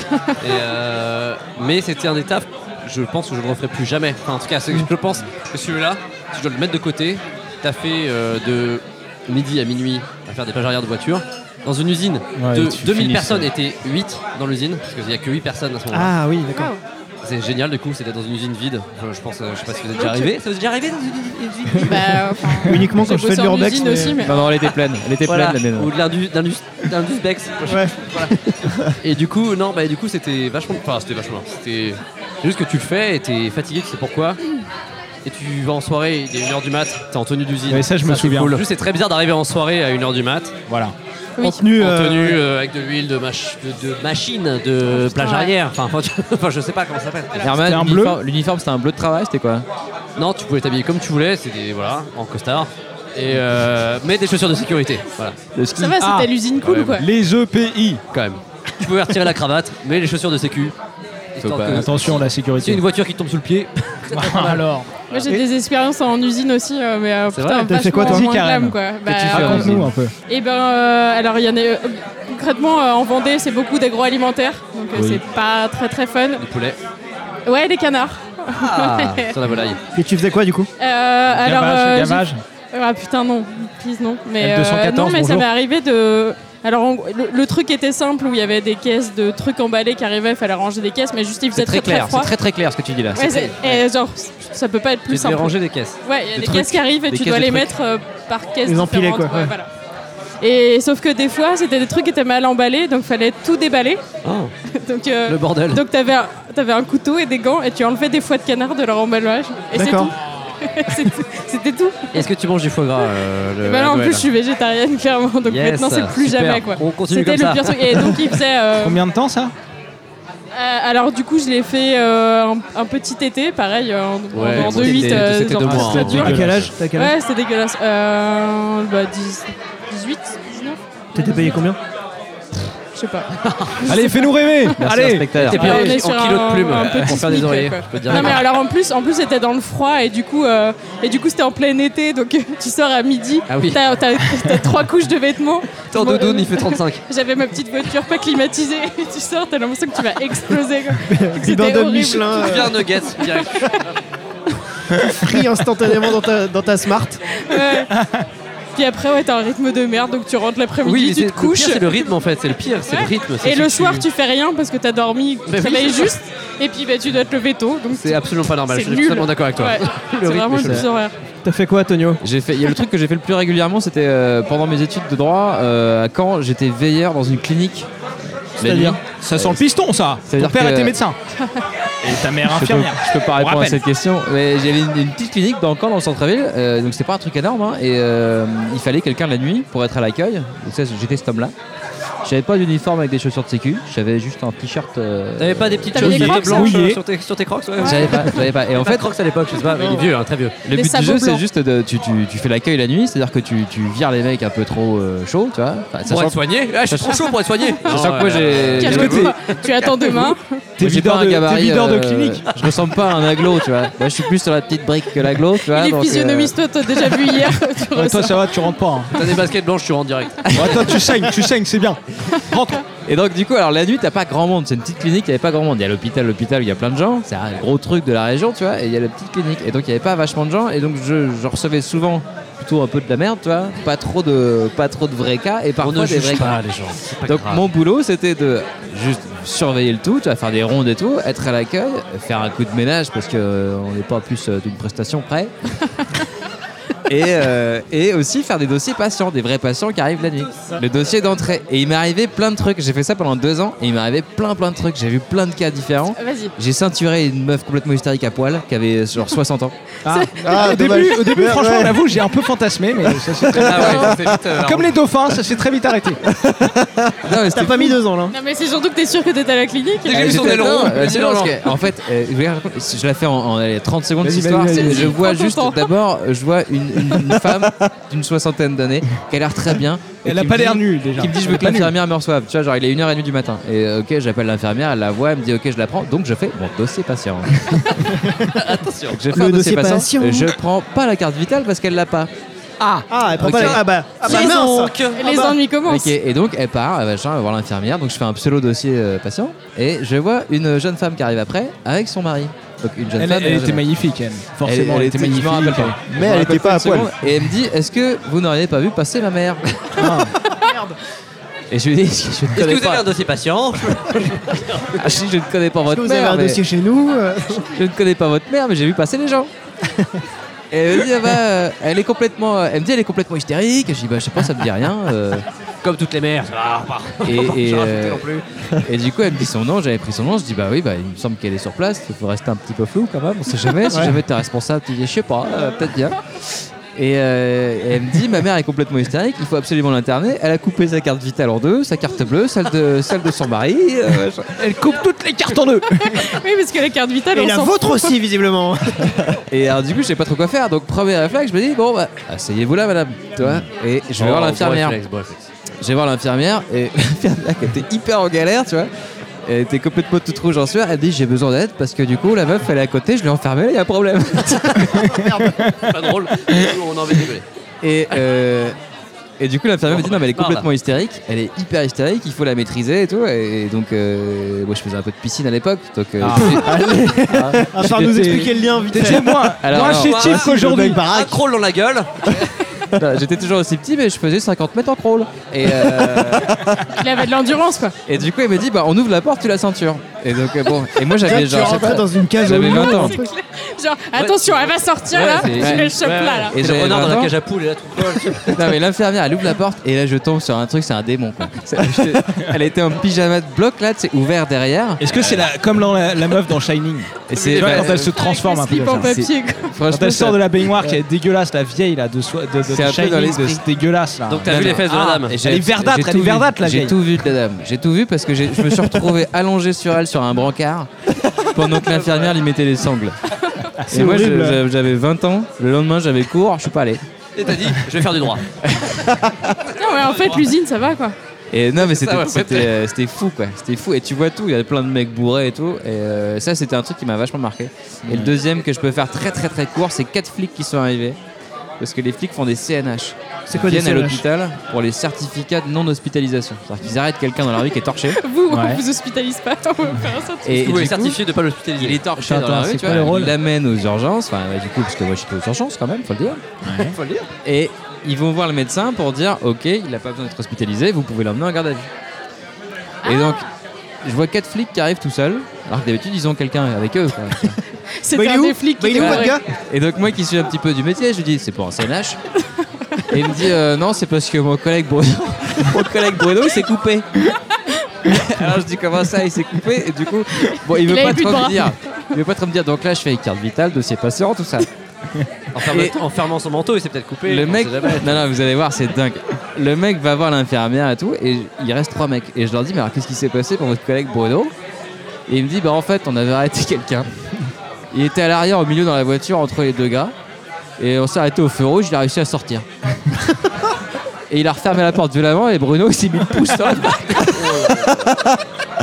Mais c'était un des tafs, je pense que je ne le referai plus jamais. Enfin, en tout cas, je pense que celui-là, si je dois le mettre de côté, t'as fait de midi à minuit à faire des plages arrière de voiture. Dans une usine Ouais, de tu 2000 finis personnes, ça. étaient 8 dans l'usine, parce qu'il n'y a que 8 personnes à ce moment-là. Ah oui, d'accord. C'est génial, du coup, c'était dans une usine vide. Je pense, je sais pas si vous êtes déjà arrivé. Ça vous est déjà arrivé dans une usine vide? Bah, enfin, Uniquement quand j'ai je fais de bossé en l'urbex. usine mais- aussi, mais. Non, elle était pleine. Elle était Voilà, pleine la maison. ou de l'Indusbex. Ouais. Et du coup, non, bah du coup, c'était vachement. Enfin, c'était vachement. C'était juste que tu le fais et t'es fatigué, tu sais pourquoi. et tu vas en soirée, il est 1h du mat, t'es en tenue d'usine. Ouais, ça, je me c'est souviens. cool. Juste, c'est très bizarre d'arriver en soirée à 1h du mat, Voilà. Oui. En tenue. en tenue avec de l'huile, de machine, de plage ouais. arrière. Enfin, je sais pas comment ça s'appelle. Herman, C'était un bleu. l'uniforme c'était un bleu de travail, c'était quoi? Non, tu pouvais t'habiller comme tu voulais, c'était voilà, en costard. Et mais des chaussures de sécurité, voilà, Ça va, c'était l'usine cool ou quoi? Les EPI. quand même. Tu pouvais retirer la cravate, mais les chaussures de sécu. histoire pas- que Attention, la s'il y a sécurité. une voiture qui te tombe sous le pied, Alors, Moi j'ai des expériences en usine aussi, mais C'est putain, vrai T'as fait quoi, toi? vachement moins Karen glam, quoi. Bah, tu fais, raconte-nous un peu. Et ben alors il y en a concrètement en Vendée, c'est beaucoup d'agroalimentaire, donc c'est pas très très fun. du poulet, Ouais, des canards. sur la volaille. Et tu faisais quoi du coup? Alors Gavage. ah putain non, please non. Mais L214, non, mais ça bonjour. m'est arrivé de. Alors le truc était simple où il y avait des caisses de trucs emballés qui arrivaient, il fallait ranger des caisses, mais juste il faisait C'est très clair, froid. c'est très très clair ce que tu dis là. Ouais, et genre ça peut pas être Tu plus devais simple. ranger des caisses. Ouais, il y a Des des trucs, caisses qui arrivent et des tu caisses dois de les trucs. mettre par caisse Les empiler, différentes, quoi, ouais. voilà. Et sauf que des fois c'était des trucs qui étaient mal emballés, donc fallait tout déballer. Oh, Donc le bordel. donc t'avais un couteau et des gants et tu enlevais des foies de canard de leur emballage et c'est D'accord. tout. C'était tout. Est-ce que tu manges du foie gras Bah là, en Noël plus je suis végétarienne clairement, donc Yes, maintenant c'est plus super. jamais quoi. On continue C'était comme le ça. pire truc. Et donc il faisait. Combien de temps ça? Alors du coup je l'ai fait un petit été, pareil en Ouais, en bon, 2-8. t'étais- c'était genre, 2 mois, très hein. dur. À quel âge? T'as quel âge? Ouais, c'était dégueulasse. 18, 19. T'étais payé combien? Je sais pas. Allez, fais-nous rêver. Merci Allez. inspecteur. T'es payé on en est sur kilos de plumes un petit pour faire des SMIC, oreillers, quoi. je peux te dire. Non mais alors en plus c'était dans le froid et du coup c'était en plein été, donc tu sors à midi, Ah oui. t'as 3 couches de vêtements. Ton doudoune, il fait 35. J'avais ma petite voiture pas climatisée et tu sors, t'as l'impression que tu vas exploser quoi. Bidon C'était de horrible. Michelin, Viens nuggets, direct. frit instantanément dans ta Smart. Ouais. Puis après ouais t'as un rythme de merde, donc tu rentres l'après-midi, tu te le couches. pire, c'est le rythme en fait, c'est le pire, c'est Ouais. le rythme. c'est Et ce le que soir tu fais rien parce que t'as dormi, tu Bah te oui, réveilles c'est juste et puis tu dois te lever tôt. Donc C'est absolument pas normal, c'est je suis nul. totalement d'accord avec toi. Ouais. Le C'est rythme vraiment est une chaud. petite horreur. T'as fait quoi, Tonio? Il y a le truc que j'ai fait le plus régulièrement, c'était pendant mes études de droit, à Caen, j'étais veilleur dans une clinique. la C'est-à-dire nuit. Ça sent le piston, ça. Ça veut Ton dire père que- était médecin. Et ta mère Je peux, infirmière. je peux pas On répondre à rappelle. cette question, mais j'avais une petite clinique dans le camp, dans le centre-ville, donc c'était pas un truc énorme, hein, et il fallait quelqu'un la nuit pour être à l'accueil. Donc ça, j'étais cet homme-là. J'avais pas d'uniforme avec des chaussures de sécu, j'avais juste un t-shirt. T'avais pas des petites T'avais des chaussettes Crocs, blanches mouillées. sur tes crocs ouais. J'avais pas. Et en En fait, fait, crocs à l'époque, je sais pas, mais il est vieux, hein, très vieux. le Des but du sabots jeu, c'est blancs. juste de. Tu fais l'accueil la nuit, c'est-à-dire que tu vires les mecs un peu trop chauds, tu vois. Enfin, Pour sachant être soigné, ah, je suis trop chaud pour être soigné. sachant que moi, j'ai. Calme-toi. Tu attends demain. T'es Moi, j'ai videur pas un de, gabarit, t'es videur de clinique. Je ressemble pas à un aglo, tu vois. Moi, je suis plus sur la petite brique que l'aglo, tu vois. Il est donc, physionomiste, toi, t'as déjà vu hier. Tu Ouais, ressens. toi, ça va, tu rentres pas. Hein. T'as des baskets blanches, tu rentres direct. Ouais, toi, tu saignes, c'est bien. Rentre. Et donc, du coup, alors la nuit, t'as pas grand monde. C'est une petite clinique, il y avait pas grand monde. Il y a l'hôpital où il y a plein de gens. C'est un gros truc de la région, tu vois. Et il y a la petite clinique. Et donc, il y avait pas vachement de gens. Et donc, je recevais souvent plutôt un peu de la merde, tu vois. Pas trop de vrais cas. Et On parfois ne des vrais juge cas. pas les gens. c'est pas Donc grave. mon boulot c'était de juste surveiller le tout, tu vas faire des rondes et tout, être à l'accueil, faire un coup de ménage parce que on n'est pas plus d'une prestation près. Et aussi faire des dossiers patients, des vrais patients qui arrivent la nuit. Le dossier d'entrée. Et il m'est arrivé plein de trucs. J'ai fait ça pendant 2 ans et il m'est arrivé plein de trucs. J'ai vu plein de cas différents. Vas-y. J'ai ceinturé une meuf complètement hystérique à poil qui avait genre 60 ans. Ah, Au dommage. début, franchement, Ouais. on avoue, j'ai un peu fantasmé, mais ça s'est très Ah ouais, ça, c'est vite, Comme les dauphins, ça s'est très vite arrêté. Non, mais T'as c'était pas mis 2 ans là. Non, mais c'est surtout que t'es sûr que t'étais à la clinique. J'ai vu son j'étais- aileron, non, c'est c'est non, violent. parce que, en fait, je la fais en 30 secondes Vas-y, cette histoire. vas-y, vas-y. Je vois Prends ton juste, temps. d'abord, je vois une femme d'une 60aine d'années qui a l'air très bien. et Elle a qui pas me dit- l'air nulle déjà. Qui me dit je veux que Elle est pas l'infirmière me reçoive. Tu vois, genre il est 1h30 du matin. Et ok, j'appelle l'infirmière, elle la voit, elle me dit ok, je la prends. Donc je fais mon dossier patient. Attention. Donc je fais Le un dossier dossier patient. patient. Je prends pas la carte vitale parce qu'elle l'a pas. Ah, elle prend Ok. pas la. Ah bah Les mince. Donc, Les ennuis commencent. Ok, et donc elle part, machin, elle va voir l'infirmière. Donc je fais un pseudo dossier patient. Et je vois une jeune femme qui arrive après avec son mari. Donc une jeune Elle, femme. et un elle jeune était homme. magnifique, elle. Forcément, elle était je magnifique. m'en rappelle pas. Mais Je elle m'en était rappelle pas à une poil. seconde. Et elle me dit est-ce que vous n'auriez pas vu passer ma mère Et je lui dis je ne est-ce que connais vous avez pas. un dossier patient Ah, je dis, je ne connais pas Est-ce votre que vous avez mère. un mais- dossier chez nous Je ne connais pas votre mère, mais j'ai vu passer les gens. Et elle me dit, elle est complètement hystérique. Je dis, bah, je sais pas, ça me dit rien. Comme toutes les mères. Et du coup, elle me dit son nom, j'avais pris son nom, je dis bah oui, bah, il me semble qu'elle est sur place, il faut rester un petit peu flou quand même, on sait jamais, si jamais t'es responsable, tu dis je sais pas, peut-être bien. Et elle me dit ma mère est complètement hystérique, il faut absolument l'interner, elle a coupé sa carte vitale en deux, sa carte bleue, celle de son mari, elle coupe toutes les cartes en deux. Oui, parce que la carte vitale, Et la vôtre aussi, visiblement. Et alors du coup je sais pas trop quoi faire, donc premier réflexe je me dis bon bah asseyez-vous là madame, tu vois, et je vais voir l'infirmière. Je vais voir l'infirmière et l'infirmière qui était hyper en galère, tu vois. Elle était complètement toute rouge en sueur. Elle dit j'ai besoin d'aide parce que du coup la meuf elle est à côté, je l'ai enfermée, il y a un problème. Pas drôle. On a envie de rigoler. Et du coup l'infirmière me dit non mais elle est complètement hystérique, elle est hyper hystérique, il faut la maîtriser et tout. Et donc moi je faisais un peu de piscine à l'époque, donc À part nous expliquer le lien vite fait. Moi chez Tiff aujourd'hui. Un crawl dans la gueule. J'étais toujours aussi petit mais je faisais 50 mètres en crawl. Et Il avait de l'endurance, quoi. Et du coup il me dit bah on ouvre la porte, tu la ceinture. Et donc bon, et moi j'avais genre je sais pas, dans une cage j'avais 20 ans. Genre, attention, elle va sortir là, je mets le chope là. Et le j'avais renard dans 20 la ans. cage à poules et là tout folle. Non mais l'infirmière elle ouvre la porte et là je tombe sur un truc, c'est un démon quoi. Elle était en pyjama de bloc là, c'est ouvert derrière. Est-ce que c'est comme la meuf dans Shining? Et c'est quand elle se transforme un peu. Slip en papier, quoi. Quand elle sort de la baignoire qui est dégueulasse, la vieille là de un peu dans Shining, l'esprit. c'est dégueulasse là. Donc t'as vu les fesses de la dame. Elle est verdâtre la vieille. J'ai tout vu de la dame. J'ai tout vu parce que je me suis retrouvé allongé sur elle sur un brancard pendant que l'infirmière lui mettait les sangles. Et moi j'avais 20 ans, le lendemain j'avais cours, je suis pas allé. Et t'as dit je vais faire du droit. Non, mais en fait, l'usine, ça va, quoi. Et non mais Ça, ouais, c'était fou quoi, c'était fou et tu vois tout, il y avait plein de mecs bourrés et tout et ça c'était un truc qui m'a vachement marqué. Et le deuxième que je peux faire très très très court, c'est 4 flics qui sont arrivés parce que les flics font des CNH. C'est quoi Ils des viennent à CNH? l'hôpital pour les certificats de non-hospitalisation. C'est-à-dire qu'ils arrêtent quelqu'un dans la rue qui est torché. Vous, Ouais. on vous hospitalise pas, on va faire ça. Et Vous pouvez du coup, certifier de pas l'hospitaliser. il est torché Attends, dans la c'est rue, tu quoi le vois. rôle Il l'amène aux urgences. Enfin, du coup, parce que moi j'étais aux urgences quand même, faut le dire. Faut le dire. Et ils vont voir le médecin pour dire ok, il n'a pas besoin d'être hospitalisé, vous pouvez l'emmener en garde à vue. Et donc, je vois 4 flics qui arrivent tout seuls, alors que d'habitude ils ont quelqu'un avec eux. quoi. C'était un des flics qui il est où était votre gars? Et donc moi qui suis un petit peu du métier, je lui dis c'est pour un CNH. Et il me dit non, c'est parce que mon collègue Bruno il s'est coupé. Alors je dis comment ça il s'est coupé et du coup bon il veut Il avait pas plus de trop bras. me dire. Il veut pas trop me dire, donc là je fais carte vitale, dossier patient, tout ça. En fermant son manteau, il s'est peut-être coupé. Le on mec, sait jamais. non, vous allez voir, c'est dingue. Le mec va voir l'infirmière et tout, et il reste 3 mecs. Et je leur dis, mais alors qu'est-ce qui s'est passé pour votre collègue Bruno? Et il me dit, bah en fait, on avait arrêté quelqu'un. Il était à l'arrière, au milieu dans la voiture, entre les deux gars. Et on s'est arrêté au feu rouge, il a réussi à sortir. Et il a refermé la porte violemment, et Bruno il s'est mis le pouce dans la porte.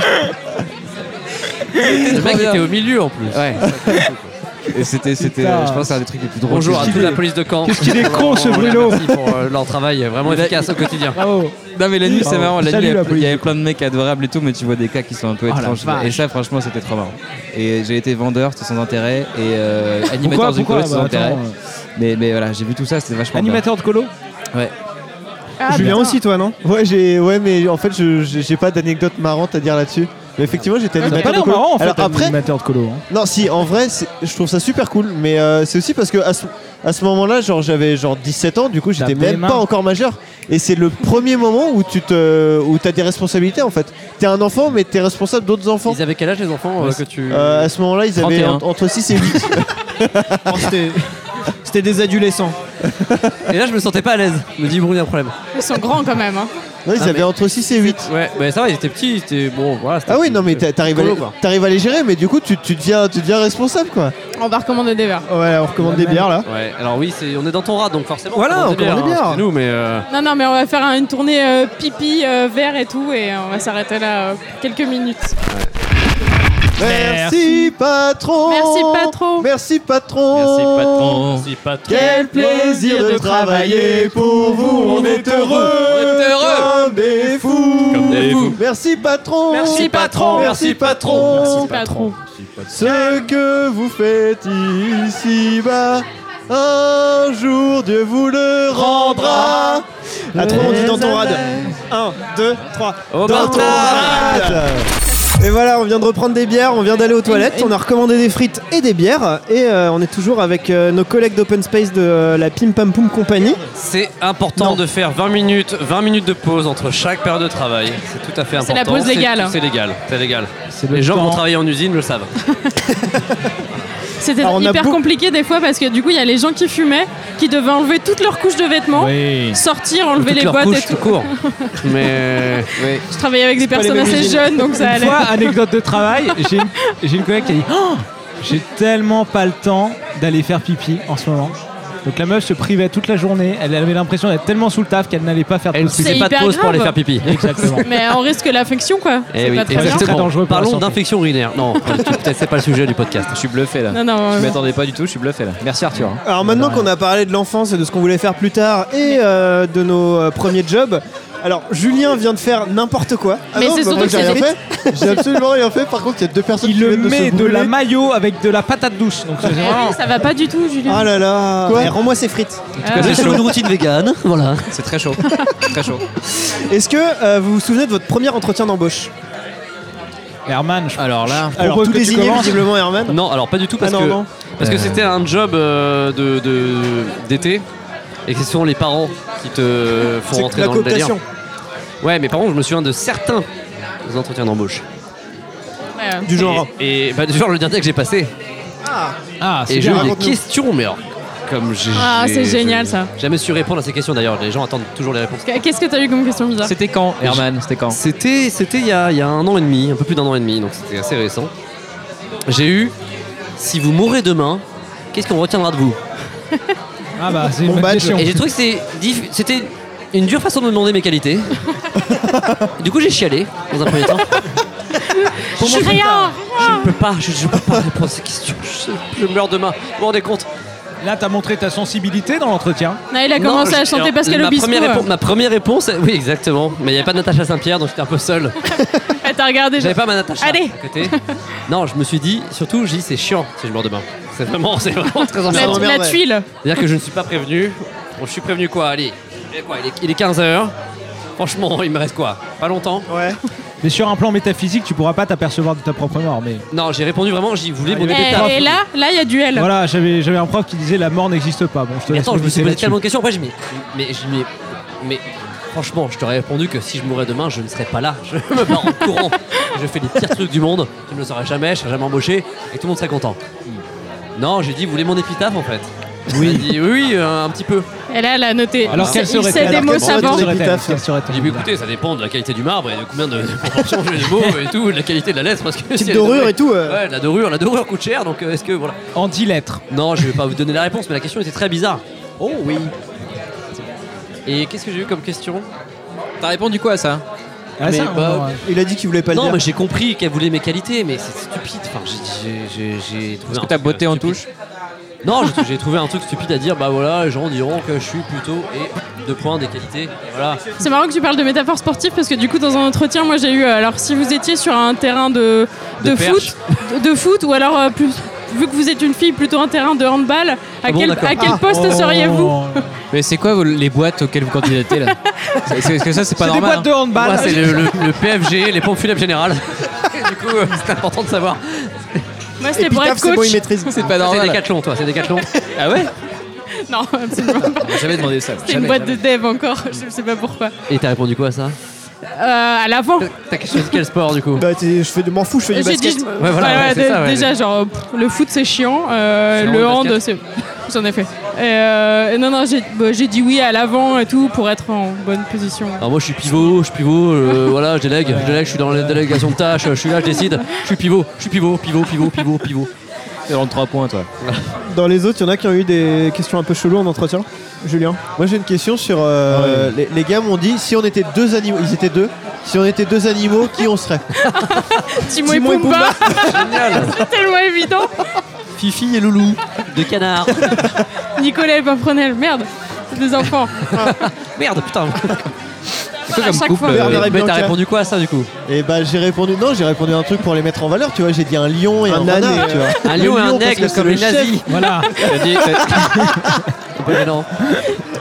Le mec était au milieu en plus. Ouais. Et c'était, Putain. je pense, c'est un des trucs les plus drôles. Bonjour à que j'ai toute la police de Caen. Qu'est-ce qu'il est con, ce Bruno. Merci pour leur travail vraiment efficace au quotidien. Bravo. Non mais la nuit c'est marrant, la Salut, nuit la il y police. avait plein de mecs adorables et tout, mais tu vois des cas qui sont un peu Oh, la étranges. vache. Et ça franchement c'était trop marrant. Et j'ai été vendeur, c'était sans intérêt, et animateur de colo, Pourquoi sans intérêt. attends, Mais voilà, j'ai vu tout ça, c'était vachement Animateur de colo? bien. Ouais. Ah, Julien putain. aussi, toi, non? Ouais, mais en fait, j'ai pas d'anecdote marrante à dire là-dessus. Mais effectivement, j'étais Ça a pas animateur de l'air colo. marrant en fait, Alors après, animateur de colo. hein. non, si, en vrai, je trouve ça super cool. Mais c'est aussi parce que à ce moment-là, genre, j'avais genre 17 ans, du coup, j'étais T'as même des pas mains. encore majeur. Et c'est le premier moment où t'as des responsabilités en fait. T'es un enfant, mais t'es responsable d'autres enfants. Ils avaient quel âge les enfants que tu. À ce moment-là, ils avaient 31. entre 6 et 8. Oh, c'était des adolescents. Et là je me sentais pas à l'aise. Je me dis bon, il y a un problème. Ils sont grands quand même. Hein. Non, ils avaient entre 6 et 8. Ouais, mais ça va, ils étaient petits, c'était bon, voilà. c'était- Ah oui, non, mais t'arrives Colo, quoi. à les gérer, mais du coup, tu deviens responsable quoi. On va recommander des verres. Ouais, on recommande des bières là. Ouais, alors oui, on est dans ton rad donc forcément. Voilà, on commande des bières. C'est nous, mais. Non, mais on va faire une tournée pipi, verre et tout, et on va s'arrêter là quelques minutes. Merci patron. Merci, patron. Merci patron. Merci patron. Si pas trop. Quel plaisir de travailler pour vous. On est heureux. On est heureux. Comme des fous. Comme des fous. Merci patron. Merci, patron. Merci patron. Merci, patron. Ce que vous faites ici-bas, un jour Dieu vous le rendra. À 3, on dit dans ton rad. 1, 2, 3. Au Dans ton bâtard. rad. Et voilà, on vient de reprendre des bières, on vient d'aller aux toilettes, on a recommandé des frites et des bières. Et on est toujours avec nos collègues d'Open Space de la Pim Pam Poum Company. C'est important de faire 20 minutes de pause entre chaque période de travail. C'est tout à fait important. C'est la pause légale. C'est légal. C'est légal. le Les gens qui temps. vont travailler en usine le savent. C'était Alors, on a hyper compliqué des fois parce que du coup il y a les gens qui fumaient, qui devaient enlever toutes leurs couches de vêtements, Oui. sortir, enlever Toutes les leurs boîtes et couches tout. tout court. Mais Je travaillais avec des pas les personnes mêmes assez usines. jeunes donc ça Une allait. fois, anecdote de travail, j'ai une collègue qui a dit oh, j'ai tellement pas le temps d'aller faire pipi en ce moment. Donc la meuf se privait toute la journée, elle avait l'impression d'être tellement sous le taf qu'elle n'allait pas faire de elle ne pause. C'est faisait pas de hyper pause pour grave. aller faire pipi. Exactement. Mais on risque l'infection quoi. Eh C'est oui, pas très bien. exactement. Très dangereux pour la Parlons santé. d'infection urinaire. Non, peut-être c'est pas le sujet du podcast. Je suis bluffé là. Non, non, Je non. m'attendais pas du tout, je suis bluffé là. Merci Arthur. Alors maintenant qu'on a parlé de l'enfance et de ce qu'on voulait faire plus tard et de nos premiers jobs, alors Julien vient de faire n'importe quoi. Mais c'est surtout Moi, que j'ai c'est rien des- fait. J'ai absolument rien fait. Par contre, il y a deux personnes Il qui le viennent de se met de brûler. la mayo avec de la patate douce. Donc c'est Eh vraiment. oui, ça va pas du tout Julien. Ah là là. Quoi Eh, rends-moi ces frites. Ah, C'est une routine végane. Voilà. C'est très chaud. Très chaud. Est-ce que vous vous souvenez de votre premier entretien d'embauche? Herman, je Alors là, Alors propose tout que tu désigné commences. visiblement Herman. Non, alors pas du tout parce Ah non, que non. c'était un job d'été et que ce sont les parents qui te font C'est rentrer la dans le délire. cooptation. Ouais, mais par contre, je me souviens de certains entretiens d'embauche. ouais. Du genre. Et du genre le dernier que j'ai passé. Ah, c'est Et j'ai bien. eu des raconte-nous. questions, mais alors, comme j'ai Ah, c'est génial, ça. J'ai jamais su répondre à ces questions d'ailleurs. Les gens attendent toujours les réponses. Qu'est-ce que t'as eu comme question bizarre? c'était quand Herman? C'était quand? C'était il y a 1 an et demi, un peu plus d'1 an et demi, donc c'était assez récent. J'ai eu si vous mourrez demain, qu'est-ce qu'on retiendra de vous? Ah bah c'est une Mon bonne badge. question. Et j'ai trouvé que c'était une dure façon de me demander mes qualités. Du coup, j'ai chialé dans un premier temps. Je suis rien. Je ne peux pas répondre à ces questions. Je meurs demain. Vous vous rendez compte? Là, t'as montré ta sensibilité dans l'entretien. Ah, il a commencé à chanter Pascal Obispo. Ma première réponse, oui, exactement. Mais il n'y avait pas de Natacha Saint-Pierre, donc j'étais un peu seul. Ah, t'as regardé. J'avais pas ma Natacha Allez. à côté. Non, je me suis dit, surtout, j'ai dit, c'est chiant si je meurs demain. C'est vraiment très emmerdant. La tuile. C'est-à-dire que je ne suis pas prévenu. Bon, je suis prévenu quoi? Allez, il est 15h. Franchement, il me reste quoi? Pas longtemps. Ouais. Mais sur un plan métaphysique, tu pourras pas t'apercevoir de ta propre mort. Mais Non, j'ai répondu vraiment, j'y voulais mon il y épée avait de des taf. Et là, il y a duel. voilà, j'avais un prof qui disait la mort n'existe pas. Bon, je te Mais laisse attends, je me suis méditer posé là-dessus. tellement de questions. Après, mais franchement, je t'aurais répondu que si je mourais demain, je ne serais pas là. Je me barre en courant. Je fais les pires trucs du monde. Tu ne le saurais jamais, je serais jamais embauché et tout le monde serait content. Non, j'ai dit, vous voulez mon épitaphe en fait? Oui. Il a dit, oui, un petit peu. Et là, elle a noté. Alors quelle il serait sait des mots savants. Épitaphe. J'ai dit, écoutez, ça dépend de la qualité du marbre et de combien de proportions j'ai les mots et tout, de la qualité de la lettre. Parce que Petite si elle est dorure dorée- et tout. Ouais, la dorure coûte cher, donc est-ce que voilà. En 10 lettres. Non, je vais pas vous donner la réponse, mais la question était très bizarre. Oh oui. Et qu'est-ce que j'ai eu comme question? T'as répondu quoi à ça? Ah, Mais ça, bah, non, ouais. Il a dit qu'il voulait pas le Non, dire. mais j'ai compris qu'elle voulait mes qualités, mais c'est stupide. Enfin, j'ai trouvé. Est-ce un que t'as truc, botté en stupide. touche? Non, j'ai trouvé un truc stupide à dire. Bah voilà, les gens diront que je suis plutôt et 2 points des qualités. Voilà. C'est marrant que tu parles de métaphore sportive parce que du coup dans un entretien moi j'ai eu alors si vous étiez sur un terrain de perche. foot ou alors vu que vous êtes une fille plutôt un terrain de handball à bon, quel d'accord. poste seriez-vous? Oh. Mais c'est quoi les boîtes auxquelles vous candidatez là? Est-ce que ça c'est pas C'est des normal? boîtes de handball. Moi, c'est le PFG, les pompes funèbres générales. Et du coup, c'est important de savoir. Moi c'était pour Épitaphe, être c'est bon, il coach. maîtrise. C'est pas C'est normal. Décathlon, toi, c'est Décathlon. Ah ouais? Non absolument pas. J'ai jamais demandé ça. C'est une boîte de dev encore, je sais pas pourquoi. Et t'as répondu quoi à ça? À l'avant. T'as choisi quel sport du coup? Bah, m'en fous, je fais du J'ai basket. dit, Ouais, voilà, ouais, c'est ça, ouais. déjà genre le foot c'est chiant, C'est le vraiment hand le c'est j'en ai fait. Et non j'ai dit oui à l'avant et tout pour être en bonne position. Alors moi je suis pivot, voilà, je délègue, je suis dans la délégation de tâches, je suis là, je décide, je suis pivot. C'est dans le 3 points toi. Dans les autres, il y en a qui ont eu des questions un peu cheloues en entretien. Julien. Moi j'ai une question sur les gars m'ont dit si on était 2 animaux, ils étaient 2. Si on était 2 animaux, qui on serait? Timon et Timon et Pumba, Génial. c'est tellement évident. Fifi et Loulou, de canard. Nicolas et Paprenel, merde, c'est des enfants. Merde, putain. C'est quoi À comme chaque couple fois. Bernard et Mais t'as Bianca. répondu quoi à ça du coup? Et bah j'ai répondu un truc pour les mettre en valeur, tu vois, j'ai dit un lion et un âne renard, et, tu vois. Un lion et un parce que aigle c'est comme le les chef. nazis. Voilà. C'est pas gênant.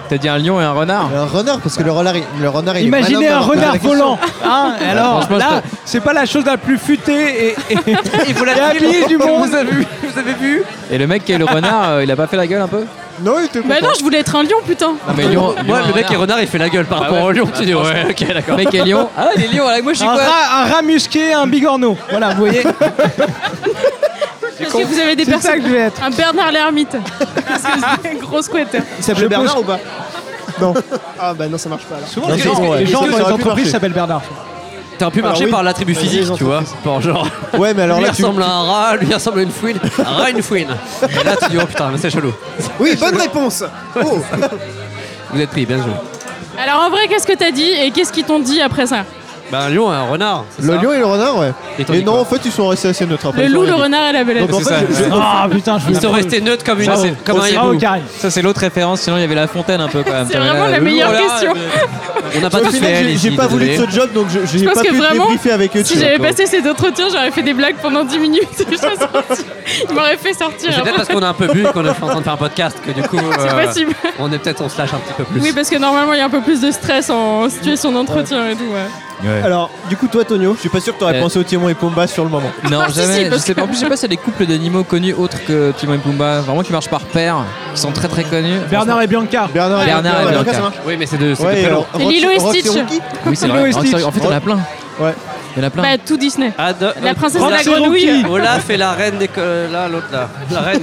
T'as dit un lion et un renard? Un renard, parce que le renard il Imaginez est un malin renard dans la volant. Hein, et alors Franchement, là, c'est pas la chose la plus futée et vous et habillée du monde. Vous avez vu? Et le mec qui est le renard, il a pas fait la gueule un peu? question. Non, il était Bah content. non, je voulais être un lion, putain. Non, mais lion, Moi, le mec qui est renard, il fait la gueule par rapport au lion. Tu dis, ouais, ok, Le d'accord. mec est lion. Ah, les lions, moi je suis Un quoi? rat musqué, un bigorneau. Voilà, vous voyez. Est-ce que vous avez des C'est ça personnes. que je vais être. Un Bernard l'ermite. Parce que c'est un gros squatter. Il s'appelait Je Bernard pose- ou pas Non. Ah bah non, ça marche pas alors. Souvent, Non, les c'est bon, ouais. gens Ça dans les aurait pu entreprises marcher. s'appellent Bernard. T'aurais pu marcher oui. par l'attribut Vas-y, physique, les tu vois. Pour genre, Ouais, mais alors lui là, il tu. ressemble à un rat, lui il ressemble à une fouine. Un rat, une fouine. Et là, tu dis, oh putain, mais c'est chelou. Oui, bonne réponse. Oh. Vous êtes pris, bien joué. Alors en vrai, qu'est-ce que t'as dit et qu'est-ce qu'ils t'ont dit après ça? Bah, un lion et un renard. c'est Le ça lion et le renard, ouais. Et t'en Et dis non, quoi en fait, ils sont restés assez neutres après. Le ils loup, ont le rien dit. renard et la belette. Donc en C'est fait, ça. Ah putain, je Ils vais sont restés neutres comme Bravo. un Bravo, hibou. Karim. Ça, c'est l'autre référence, sinon il y avait la fontaine un peu quand même. C'est vraiment la Le meilleure loup, là, question. On n'a pas Au tous final, fait j'ai ici, pas voulu de désolé. ce job, donc j'ai pense pas que pu vraiment, débriefer avec eux Si dessus. j'avais passé ces entretiens, j'aurais fait des blagues pendant 10 minutes. Je serais sortie. Il m'aurait fait sortir. C'est peut-être parce qu'on a un peu bu et qu'on est en train de faire un podcast que du coup, C'est possible. on se lâche un petit peu plus. Oui, parce que normalement, il y a un peu plus de stress en situation d'entretien et tout. Ouais. Alors, du coup, toi, Tonio, Je suis pas sûr que t'aurais Eh. pensé au Timon et Pumba sur le moment. Non, Si, si, jamais. Je parce sais pas. En plus, je sais pas s'il y a des couples d'animaux connus autres que Timon et Pumba, vraiment qui marchent par paire, qui sont très très connus. Bernard et Bianca. Bernard Bernard et ouais, Bianca. ça marche. Oui, mais c'est de Ouais, prénom. Et Lilo et Roxy Stitch. Rookie. Oui, c'est Lilo vrai. et Stitch. En fait, il y en a plein. Ouais. Il y en a plein. Bah, tout Disney. La princesse et Olaf, la grenouille. Olaf et la reine des... Là, l'autre là. La reine.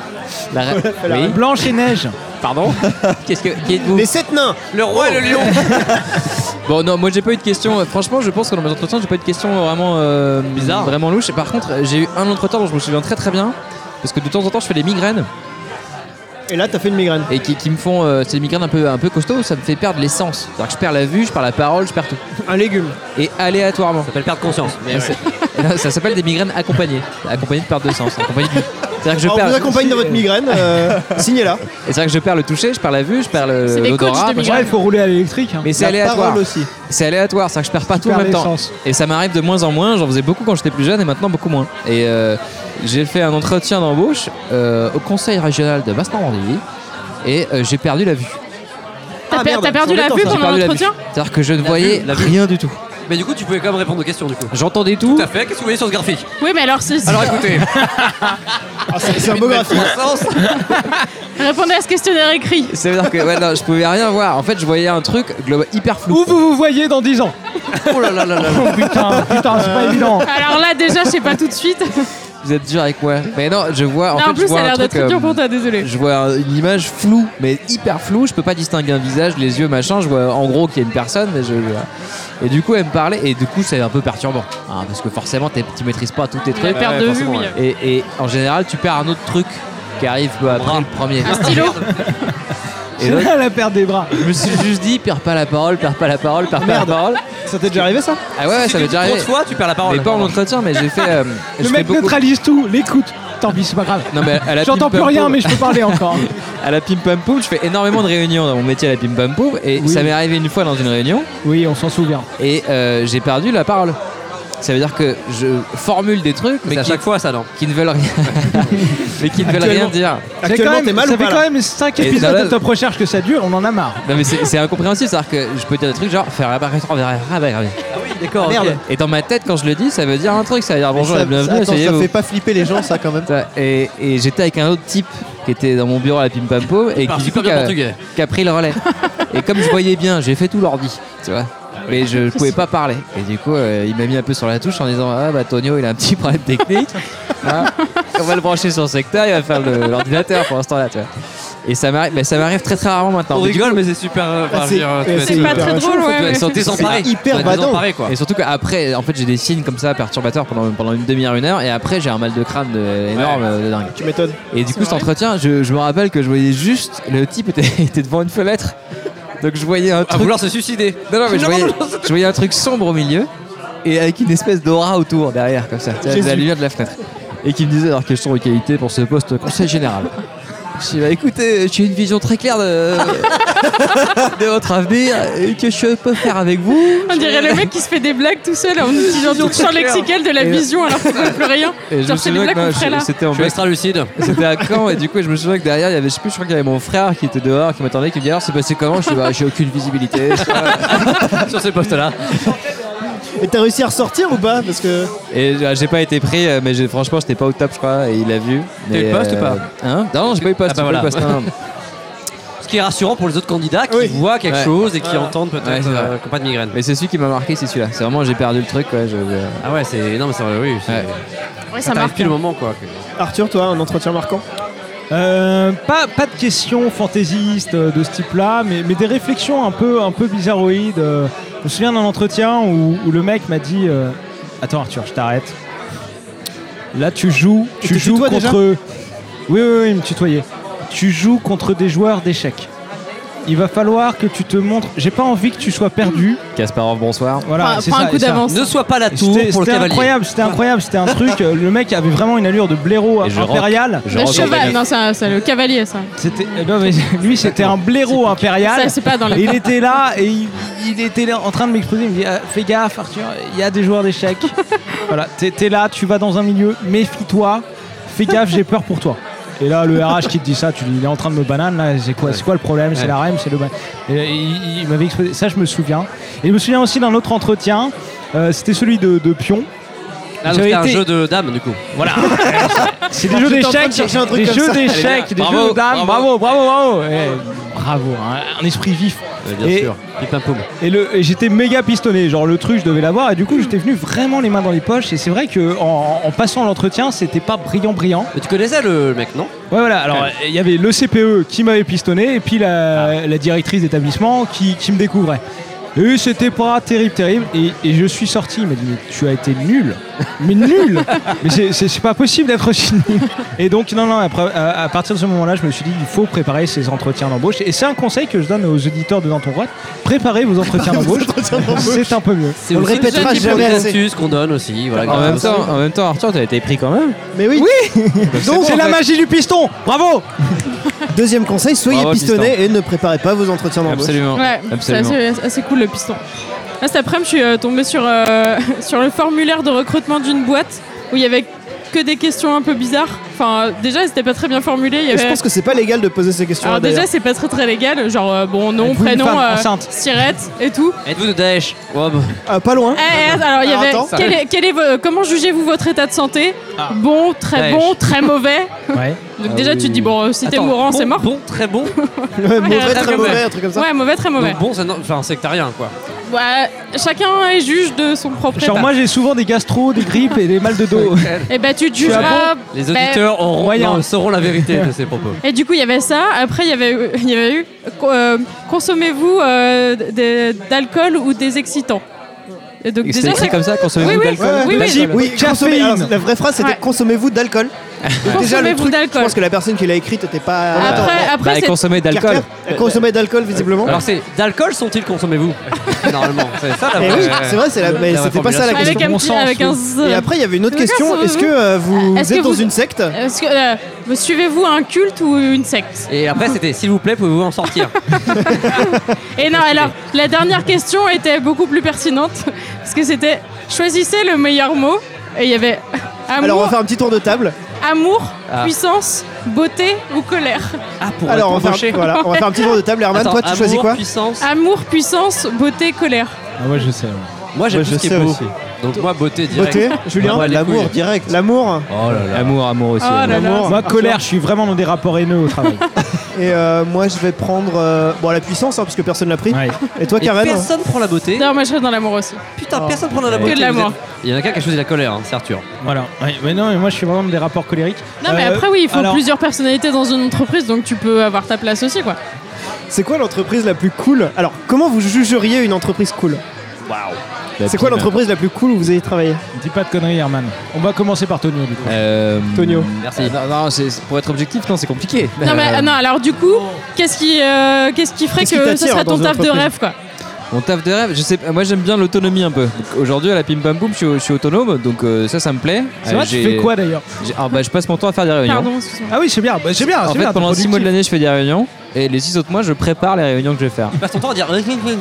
Oui. Blanche et neige. Pardon. Qu'est-ce que qui êtes-vous? les 7 nains. Le roi et le lion. Bon, non, moi j'ai pas eu de questions. Franchement, je pense que dans mes entretiens, j'ai pas eu de questions vraiment Bizarre. vraiment louches. Et par contre, j'ai eu un entretien dont je me souviens très très bien. Parce que de temps en temps, je fais des migraines. Et là, t'as fait une migraine. Et qui me font. C'est des migraines un peu costauds, ça me fait perdre l'essence. C'est-à-dire que je perds la vue, je perds la parole, je perds tout. Un légume. Et aléatoirement. Ça s'appelle perdre conscience. Mais ouais. Et là, ça s'appelle des migraines accompagnées. Accompagnées de perte de sens. Accompagnées de... C'est-à-dire que je Alors, perds. on vous accompagne dans votre migraine. Signez là. Et c'est vrai que je perds le toucher, je perds la vue, je perds C'est des coachs l'odorat. de migraine. Ouais, il faut rouler à l'électrique. Hein. Mais c'est La aléatoire. parole aussi. C'est aléatoire, c'est-à-dire que je perds pas tout en perds même temps. l'essence. Et ça m'arrive de moins en moins. J'en faisais beaucoup quand j'étais plus jeune et maintenant beaucoup moins. Et j'ai fait un entretien d'embauche au conseil régional de Basse-Normandie et j'ai perdu la vue. Ah, merde, T'as perdu c'est la embêtant, vue ça. J'ai pendant perdu la vue. l'entretien? C'est-à-dire que je ne voyais la vue. rien du tout. Mais du coup, tu pouvais quand même répondre aux questions du coup. J'entendais tout. Tout à fait. Qu'est-ce que vous voyez sur ce graphique? Oui, mais alors, c'est. Alors écoutez. C'est un beau graphique. Répondez à ce questionnaire écrit. Ça veut dire que ouais, non, je pouvais rien voir. En fait, je voyais un truc hyper flou. Où vous voyez dans 10 ans? Oh là là là là. Oh putain, c'est pas évident. Alors là, déjà, je sais pas tout de suite. Vous êtes dur avec moi. Mais non, je vois. En Non, fait, en plus, je vois ça a un l'air truc. d'être dur pour toi, désolé. Je vois une image floue, mais hyper floue. Je peux pas distinguer un visage, les yeux, machin. Je vois en gros qu'il y a une personne, mais et du coup, elle me parlait, et du coup, c'est un peu perturbant. Hein, parce que forcément, tu maîtrises pas tous tes La trucs. perte de vue, forcément, oui. Et en général, tu perds un autre truc qui arrive peu après le premier. Un stylo. Et C'est donc, là la perte des bras. je me suis juste dit, perds pas la parole, perds pas la parole, perds pas la parole. Ça t'est déjà arrivé ça? Ah ouais, ça m'est déjà arrivé. Trop de fois, tu perds la parole. Mais pas en entretien, mais j'ai fait. je Le fais mec beaucoup- neutralise tout, l'écoute. Tant pis, c'est pas grave. Non, mais à la J'entends Pim plus Pam rien, Poum- mais je peux parler encore. À la Pim Pam Poum, je fais énormément de réunions dans mon métier à la Pim Pam Poum. Et Oui. ça m'est arrivé une fois dans une réunion. Oui, on s'en souvient. Et j'ai perdu la parole. Ça veut dire que je formule des trucs, mais C'est à chaque fois ça, non? qui ne veulent rien. mais qui ne veulent rien dire. Actuellement, t'es mal ça ou pas fait là? quand même 5 Et épisodes là- de Top Recherche que ça dure, on en a marre. Non, mais c'est incompréhensible. C'est-à-dire que je peux dire des trucs genre faire la barre D'accord. Merde. Et dans ma tête, quand je le dis, ça veut dire un truc. Ça veut dire bonjour ça, et bienvenue. attends, ça asseyez-vous. fait pas flipper les gens, ça quand même. Et j'étais avec un autre type qui était dans mon bureau à la Pim Pam Poum et parle qui, du coup, super bien portugais. qui a pris le relais. Et comme je voyais bien, j'ai fait tout l'ordi, tu vois. Mais je pouvais pas parler. Et du coup, il m'a mis un peu sur la touche en disant ah bah Tonio, il a un petit problème technique. Hein, on va le brancher sur le secteur, il va faire l'ordinateur pour l'instant là, tu vois. Et ça m'arrive très très rarement maintenant. On Mais du rigole, mais c'est super. enfin, je veux dire, tu c'est dois C'est être- pas très drôle, tu dois ouais. être ouais. désemparé. C'est hyper Tu dois être badant. désemparé, quoi. Et surtout qu'après, en fait, j'ai des signes comme ça perturbateurs pendant une demi-heure, une heure, et après, j'ai un mal de crâne énorme, de dingue. Tu m'étonnes. Et du coup, C'est cet vrai entretien, je me rappelle que je voyais juste, le type était devant une fenêtre, donc je voyais un À truc. vouloir se suicider. Non, mais je voyais un truc sombre au milieu, et avec une espèce d'aura autour, derrière, comme ça, tu vois, de la lumière de la fenêtre. Et qui me disait alors quelles sont les qualités pour ce poste conseil général. Je dis, bah écoutez, j'ai une vision très claire de votre avenir et que je peux faire avec vous. On dirait le mec qui se fait des blagues tout seul en utilisant tout le champ lexical de la vision alors qu'il ne plus rien. Et je Genre, me c'est des souviens blagues qu'on que ferait là. c'était en Je suis extra lucide. C'était à Caen et du coup je me souviens que derrière il y avait, je sais plus, je crois qu'il y avait mon frère qui était dehors, qui m'attendait, qui me dit alors c'est passé comment. Je dis bah j'ai aucune visibilité. Sur ces postes-là. Et t'as réussi à ressortir ou pas? Parce que Et j'ai pas été pris, mais franchement j'étais pas au top je crois et il l'a vu. T'as eu le poste ou pas? Hein? Non, j'ai pas eu poste. Ah bah j'ai pas eu voilà. poste, non. Ce qui est rassurant pour les autres candidats qui Oui. voient quelque Ouais. chose et qui entendent peut-être Ouais, c'est vrai. qu'ils n'ont pas de migraine. Mais c'est celui qui m'a marqué, c'est celui-là. C'est vraiment j'ai perdu le truc quoi. Ah ouais, c'est. Non, mais c'est vrai, oui. c'est- Ouais. Ouais, ça T'arrives marque. plus le moment, quoi. Arthur, toi, un entretien marquant? Pas de questions fantaisistes de ce type-là, mais des réflexions un peu bizarroïdes. Je me souviens d'un entretien où le mec m'a dit attends Arthur, je t'arrête. Là tu joues Et tu tutoies déjà contre. Oui, il me tutoyait. Tu joues contre des joueurs d'échecs. Il va falloir que tu te montres. J'ai pas envie que tu sois perdu. Kasparov, bonsoir. Voilà, c'est Prends ça, un coup et ça. d'avance. Ne sois pas la tour C'était pour le cavalier. c'était incroyable, c'était un truc. Le mec avait vraiment une allure de blaireau Et je impérial. Je Le rentre en cheval, gagnant. non, c'est le cavalier ça. C'était, non, mais lui, c'était un blaireau impérial. Ça, c'est pas dans les. Et il était là et il était là en train de m'exposer. Il me dit fais gaffe, Arthur, il y a des joueurs d'échecs. Voilà, t'es là, tu vas dans un milieu, méfie-toi, fais gaffe, j'ai peur pour toi. Et là, le RH qui te dit ça, tu dis il est en train de me banane, là, c'est quoi le problème? C'est la REM, c'est le ban. Et il m'avait exposé, ça je me souviens. Et je me souviens aussi d'un autre entretien, c'était celui de Pion. Ah, donc J'avais c'était un été- jeu de dames, du coup. Voilà. C'est des jeux J'étais en train de d'échecs, chercher un truc des comme jeux ça. d'échecs, des Bravo, jeux de dames. bravo. Bravo. Bravo, hein, un esprit vif. Bien Et- sûr. Pipin poum. Et j'étais méga pistonné, genre le truc je devais l'avoir et du coup j'étais venu vraiment les mains dans les poches et c'est vrai que en passant l'entretien c'était pas brillant. Mais tu connaissais le mec, non? Ouais voilà, alors il y avait le CPE qui m'avait pistonné et puis la directrice d'établissement qui me découvrait. Et c'était pas terrible et je suis sorti, il m'a dit mais tu as été nul. Mais nul. Mais c'est pas possible d'être aussi nul. Et donc non après, à partir de ce moment-là je me suis dit il faut préparer ces entretiens d'embauche et c'est un conseil que je donne aux auditeurs de Dans ton droite, préparez vos entretiens d'embauche, c'est un peu mieux. C'est On le aussi répétera une petite jamais assez. astuce qu'on donne aussi. Voilà, En même temps, Arthur, t'as été pris quand même. Mais oui. Donc c'est la magie du piston. Bravo. Deuxième conseil, soyez Bravo, pistonné et ne préparez pas vos entretiens d'embauche. Absolument. Ouais, c'est Absolument. assez cool le piston. Là, cet après-midi, je suis tombée sur le formulaire de recrutement d'une boîte où il y avait que des questions un peu bizarres. Enfin, déjà, c'était pas très bien formulé. Il y Et avait... je pense que c'est pas légal de poser ces questions-là. Alors déjà, d'ailleurs. c'est pas très légal. Genre, bon, nom, Êtes-vous une prénom, femme enceinte sirette et tout. Êtes-vous de Daesh? Ouais, bah. Pas loin. Alors, il y Alors, avait... attends. Comment jugez-vous votre état de santé? Bon, très Daesh. bon, très mauvais. Ouais. Donc déjà, tu te dis, bon, si t'es Attends, mourant, bon, c'est mort. Bon, très bon. Ouais, mauvais, très très mauvais. mauvais, un truc comme ça. Ouais, mauvais, très mauvais. Donc bon, c'est enfin, sectarien, quoi. Ouais, chacun est juge de son propre Genre état. moi j'ai souvent des gastro, des grippes et des mal de dos. Et bah, tu te Tu as jugeras... Les auditeurs auront, moyen. non, sauront la vérité de ces propos. Et du coup, il y avait ça. Après, il y avait eu consommez-vous d'alcool ou des excitants. Et donc, C'était écrit comme ça, consommez-vous Oui, oui. d'alcool. Oui, oui. Type Oui, consommez- caféine. alors, la vraie phrase c'était Ouais. consommez-vous d'alcool. Donc, déjà le Consommez-vous truc, je d'alcool. pense que la personne qui l'a écrite n'était pas. Après, c'est... Consommer Claire, d'alcool. Claire, consommer d'alcool visiblement. Alors c'est d'alcool sont-ils consommez-vous? Normalement, c'est ça la Et vraie. oui, c'est vrai, mais la c'était pas ça la formulation. question. avec un bon petit... sens, Avec un... Et après il y avait une autre Est-ce que question. Est-ce que vous Est-ce êtes que dans vous- une secte? Est-ce que vous suivez-vous un culte ou une secte? Et après c'était s'il vous plaît, pouvez-vous en sortir? Et non, alors, la dernière question était beaucoup plus pertinente. Parce que c'était choisissez le meilleur mot. Et il y avait Alors on amour, va faire un petit tour de table. amour, Ah. puissance, beauté ou colère. Ah pour Alors on être va embauché. faire, voilà, on va faire un petit tour de table. Herman, Attends, toi tu choisis amour, quoi? Puissance. Amour, puissance, beauté, colère. Ah ouais je sais. Moi j'aime Ouais, tout je ce qui sais est beau. aussi. Donc moi beauté direct. Beauté, Julien. Ouais, les L'amour couilles. direct. L'amour. Oh là là. Amour aussi. Oh là là. L'amour. Moi Arthur. colère, je suis vraiment dans des rapports haineux au travail. Et moi je vais prendre la puissance hein, parce que personne l'a pris. Ouais. Et toi Et Karen? personne prend la beauté. Non, moi je reste dans l'amour aussi. Putain, personne prend la beauté. Que de l'amour. Vous êtes- Il y en a qu'un qui a choisi la colère, hein, c'est Arthur. Voilà. Ouais, mais non, mais moi je suis vraiment dans des rapports colériques. Non, mais après, oui, il faut alors- plusieurs personnalités dans une entreprise, donc tu peux avoir ta place aussi, quoi. C'est quoi l'entreprise la plus cool? Alors comment vous jugeriez une entreprise cool? C'est quoi l'entreprise la plus cool où vous avez travaillé? Dis pas de conneries Herman. On va commencer par Tonio du coup. Tonio. Merci. Non, pour être objectif, non, c'est compliqué. Non, mais non, alors du coup, qu'est-ce qui ferait Qu'est-ce qui que ce t'attire serait dans ton une taf de entreprise rêve, quoi? Mon taf de rêve, je sais, moi j'aime bien l'autonomie un peu. Donc, aujourd'hui à la Pim Pam Poum, je suis autonome, donc ça me plaît. C'est vrai, tu fais quoi d'ailleurs? Je passe mon temps à faire des réunions. Pardon, excuse-moi. Ah oui, c'est bien. C'est bien. En fait, pendant 6 mois de l'année, je fais des réunions, et les 6 autres mois, je prépare les réunions que je vais faire. Tu passes ton temps à dire.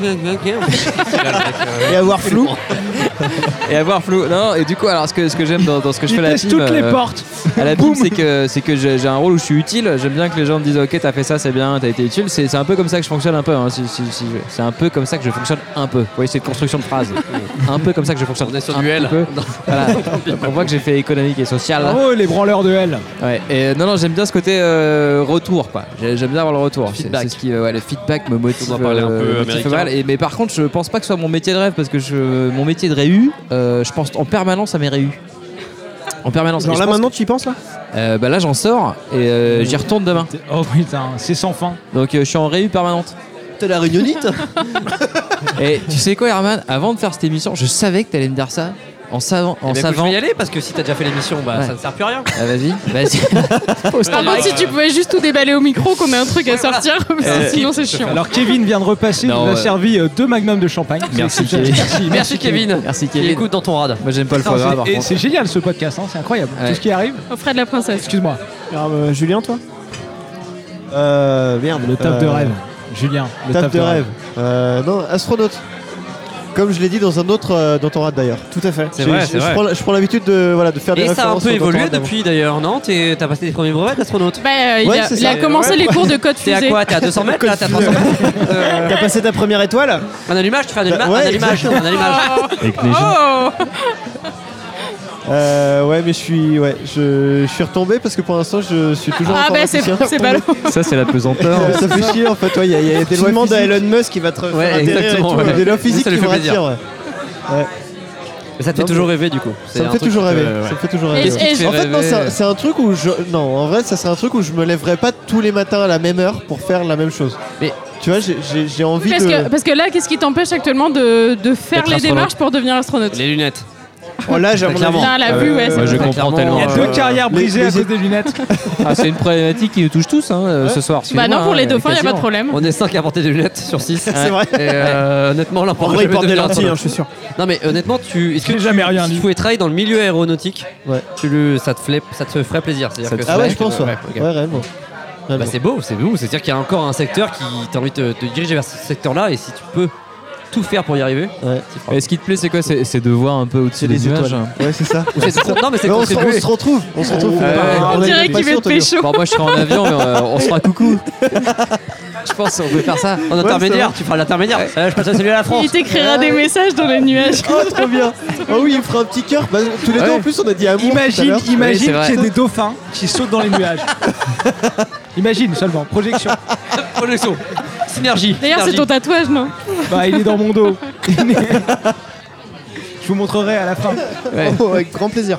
Et avoir flou. Et avoir flou. Non, et du coup, alors ce que j'aime dans ce que je fais à la teste Pim, toutes les portes. à la Pim, c'est que j'ai un rôle où je suis utile. J'aime bien que les gens me disent ok, t'as fait ça, c'est bien, t'as été utile. C'est un peu comme ça que je fonctionne un peu. Hein, c'est un peu comme ça que je fonctionne un peu. Vous voyez cette construction de phrase. Un peu comme ça que je fonctionne. On est sur un du L. peu. Voilà. On voit que j'ai fait économique et social. Oh, les branleurs de L. Ouais. Et non, j'aime bien ce côté retour, quoi. J'aime bien avoir le retour. C'est ce qui, le feedback me motive. On doit parler un peu motive américain. mal. Mais par contre, je pense pas que ce soit mon métier de rêve parce que mon métier de réu, je pense en permanence à mes réus. En permanence. Genre là maintenant tu y penses là? Là j'en sors et j'y retourne demain. Oh putain, c'est sans fin. Donc je suis en réu permanente. T'es la réunionite? Et tu sais quoi Herman, avant de faire cette émission, je savais que t'allais me dire ça. En savant. Je vais y aller parce que si t'as déjà fait l'émission, bah ça ne sert plus à rien. Ah, vas-y. Par contre, si tu pouvais juste tout déballer au micro, qu'on ait un truc à sortir, parce que sinon c'est chiant. Alors Kevin vient de repasser, il nous a servi 2 magnums de champagne. Merci, C'est- Kevin. Merci Kevin. Merci Qui Kevin. écoute dans ton rad. Moi j'aime pas le foie gras par Et contre. c'est génial ce podcast, hein, c'est incroyable. Ouais. Tout ce qui arrive. Au frais de la princesse. Excuse-moi, Julien, toi? Merde. le taf de rêve. Julien, le Taf de rêve. Non, astronaute. Comme je l'ai dit dans un autre dans ton rad d'ailleurs. Tout à fait. C'est vrai, c'est vrai. Je prends l'habitude de faire des Et ça a un références peu au évolué Doctorat depuis d'ailleurs, non? T'as passé tes premiers brevets d'astronaute? Bah, Ouais, c'est il a ça. commencé les cours de code T'es à fusée. quoi? T'es à 200 mètres là? T'es à 300 mètres? T'as passé ta première étoile? Un allumage? Tu fais un allumage? Ouais, Un allumage? Un allumage? Oh ouais, mais je suis retombé parce que pour l'instant je suis toujours Ah bah c'est informaticien. ballot. Ça c'est la pesanteur. Ça fait chier en fait, il y a des Tu lois demandes à physiques. Elon Musk qui va te faire Ouais, atterrir et exactement, tout, ouais. Des lois physiques Ça lui qui me fait plaisir. rattirent. Ouais. Mais ça te fait Non, toujours rêver du coup. Ça me fait toujours rêver. Ça me fait toujours Et- rêver. et- En fait, non, c'est un truc où non, en vrai, ça serait un truc où je me lèverais pas tous les matins à la même heure pour faire la même chose. Mais tu vois, j'ai envie de. Parce que là, qu'est-ce qui t'empêche actuellement de faire les astronaute. démarches pour devenir astronaute? Les lunettes. Oh là, j'ai à mon avis. Clairement. Putain, la vue, ouais. Moi je comprends clairement, tellement. Il y a 2 carrières brisées à les- cause des lunettes. Ah, c'est une problématique qui nous touche tous ce soir. Bah non, pour les Excusez-moi, dauphins, il a pas de quasiment. problème. On est 5 à porter des lunettes sur 6. C'est vrai. Et honnêtement, là, En vrai, il porte des lentilles, hein, je suis sûr. Non, mais honnêtement, est-ce que J'ai jamais rien si dit. tu pouvais travailler dans le milieu aéronautique, Ouais. ça te ferait plaisir. C'est-à-dire que Ah ouais, c'est- je pense, ouais. ok. Ouais, réellement. Bah, c'est beau. C'est-à-dire qu'il y a encore un secteur qui t'a envie de te diriger vers ce secteur-là, et si tu peux tout faire pour y arriver. Ouais. c'est fort. Et ce qui te plaît, c'est quoi? C'est de voir un peu au-dessus C'est des les nuages. étoiles. Ouais, c'est ça. Ou c'est- Non, mais c'est Mais on contribuer. se retrouve. On se retrouve. On dirait qu'il veut te pécho. Bon, moi je serai en avion, mais on se fera coucou. Je pense qu'on peut faire ça. En intermédiaire, tu feras l'intermédiaire. Je passe à celui à la France. Il t'écrira des messages dans les nuages. Oh, trop bien. Oh oui, il me fera un petit cœur. Bah, tous les deux, Ouais. en plus, on a dit amour. tout à Imagine l'heure. Oui, c'est vrai. qu'il y ait des dauphins qui sautent dans les nuages. Imagine seulement, projection. Projection. Synergie. D'ailleurs, c'est ton tatouage, non? Bah, il est dans mon dos. Je vous montrerai à la fin. Oh, avec grand plaisir.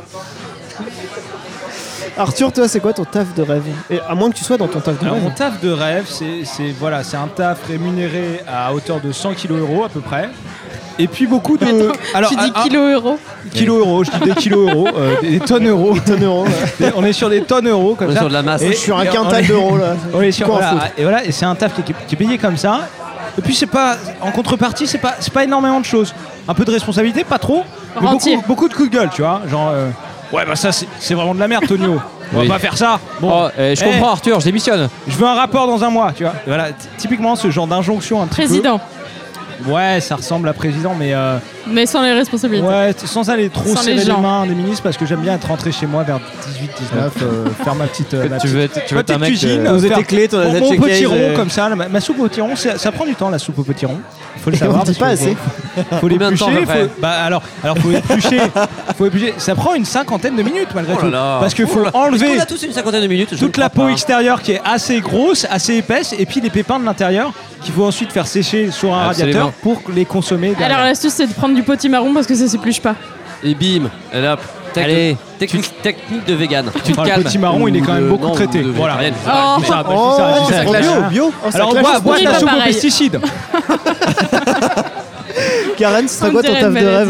Arthur, toi, c'est quoi ton taf de rêve? Et à moins que tu sois dans ton taf de Alors, rêve. mon taf de rêve, c'est un taf rémunéré à hauteur de 100 kg à peu près. Et puis beaucoup de. Tu dis kilo-euro. Kilo euros, je dis des kilos euros, des tonnes euros. On est sur des tonnes euros comme On est ça. sur de la masse. Et- Je suis un et quintal on est- d'euros là. On est sur, Quoi en voilà, foutre. et voilà, et c'est un taf qui est payé comme ça. Et puis c'est pas en contrepartie, c'est pas énormément de choses. Un peu de responsabilité, pas trop, mais Rentier. beaucoup de coups de gueule, tu vois. Genre ouais bah ça c'est vraiment de la merde, Tonio. On Oui. va pas faire ça. Bon, Oh, je comprends Arthur, je démissionne. je veux un rapport dans un mois, tu vois. Et voilà, typiquement ce genre d'injonction un petit Président. peu. Ouais, ça ressemble à président, mais Mais sans les responsabilités. ouais, sans aller trop Sans les serrer les gens. mains des ministres parce que j'aime bien être rentré chez moi vers 18-19, faire ma petite. ma Tu petite- veux être ma un petite mec. cuisine, Vous faire êtes clés, ton mon check petit rond comme ça, ma soupe au petit rond, ça prend du temps la soupe au petit rond. Faut le Et savoir. on dit pas parce que assez. Faut les Combien de temps, éplucher. à peu près Alors faut éplucher. Faut éplucher. Ça prend une 50aine de minutes malgré Oh là tout. là. Parce qu'il faut Oh là. Est-ce enlever qu'on a tous une 50aine de minutes? Je toute ne la crois peau pas. extérieure qui est assez grosse, assez épaisse, et puis les pépins de l'intérieur qu'il faut ensuite faire sécher sur un Absolument. radiateur pour les consommer derrière. Alors l'astuce, c'est de prendre du potimarron parce que ça s'épluche pas. Et bim. Et là, Allez, technique de vegan. tu te Enfin, le calmes. petit marron, il est quand même beaucoup Non, traité. de Voilà. végétarienne. Oh. Je dis ça, Oh, je dis ça, c'est je dis ça. trop bio. Oh, ça Alors clash. bois Oui, de la pas soupe aux pareil. pesticides. Karen, ce serait On quoi ton dirait taf une de rêve? maladie.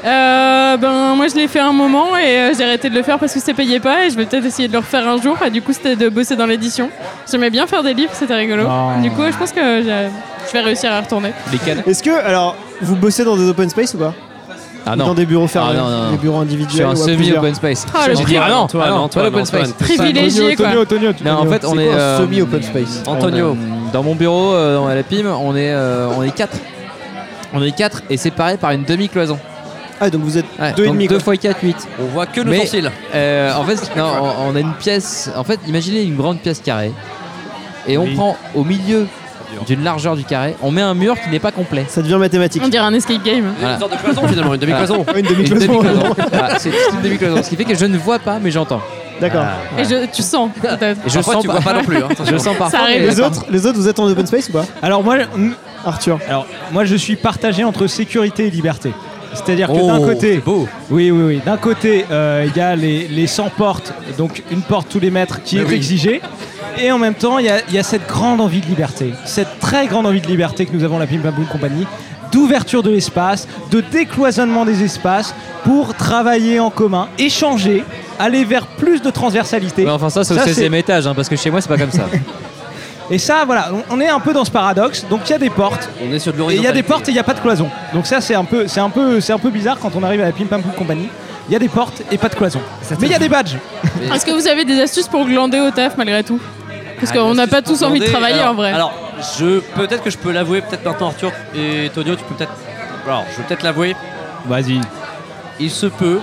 Moi je l'ai fait un moment et j'ai arrêté de le faire parce que ça payait pas et je vais peut-être essayer de le refaire un jour. Et du coup c'était de bosser dans l'édition. J'aimais bien faire des livres, c'était rigolo. Oh. Du coup je pense que je vais réussir à retourner. Est-ce que, alors, vous bossez dans des open space ou pas? Ah Ou non. dans des bureaux fermés, Ah non. des bureaux Je suis individuels un ou à plusieurs semi-open space. Oh, le J'ai dit, prix. pas l'open space. Privilégié quoi. Antonio. Non, en fait, on C'est est quoi un semi-open space? Antonio. Dans mon bureau, à la PIM, on est 4. On est 4 et séparés par une demi-cloison. Ah, donc vous êtes Ouais, deux et donc demi. 2 x 4, 8. On voit que le Mais- sourcil. En fait, non, on a une pièce. En fait, imaginez une grande pièce carrée. Et on Oui. prend au milieu d'une largeur du carré, on met un mur qui n'est pas complet. Ça devient mathématique. On dirait un escape game. Voilà. Une sorte de cloison finalement, une demi-cloison. Une Une demi-cloison. demi-cloison. Voilà, c'est une demi-cloison. Ce qui fait que je ne vois pas, mais j'entends. D'accord. Et tu sens peut-être. Et je Parfois, sens tu vois pas non plus. Hein. Je sens parfois. Ça arrive. mais- Les autres, vous êtes en open space ou pas? Alors Arthur. moi, je suis partagé entre sécurité et liberté. C'est-à-dire que Oh, d'un côté, c'est beau. oui. D'un côté, il y a les 100 portes, donc une porte tous les mètres qui est exigée. Et en même temps, il y a cette grande envie de liberté, cette très grande envie de liberté que nous avons à la Pim Pam Poum Company, d'ouverture de l'espace, de décloisonnement des espaces pour travailler en commun, échanger, aller vers plus de transversalité. Ouais, enfin, ça, c'est au Ça, 16e étage, hein, parce que chez moi, c'est pas comme ça. Et ça, voilà, on est un peu dans ce paradoxe. Donc il y a des portes, On est sur de et il l'horizon. y a des portes et il n'y a pas de cloison. Donc ça, c'est un peu bizarre quand on arrive à la Pim Pam Poum Company. Il y a des portes et pas de cloison. Mais il y a des badges. Est-ce que vous avez des astuces pour glander au taf malgré tout? Parce qu'on n'a pas tous envie de travailler en vrai. Alors, peut-être que je peux l'avouer, peut-être maintenant Arthur et Tonio, tu peux peut-être. Alors, je vais peut-être l'avouer. Vas-y. Il se peut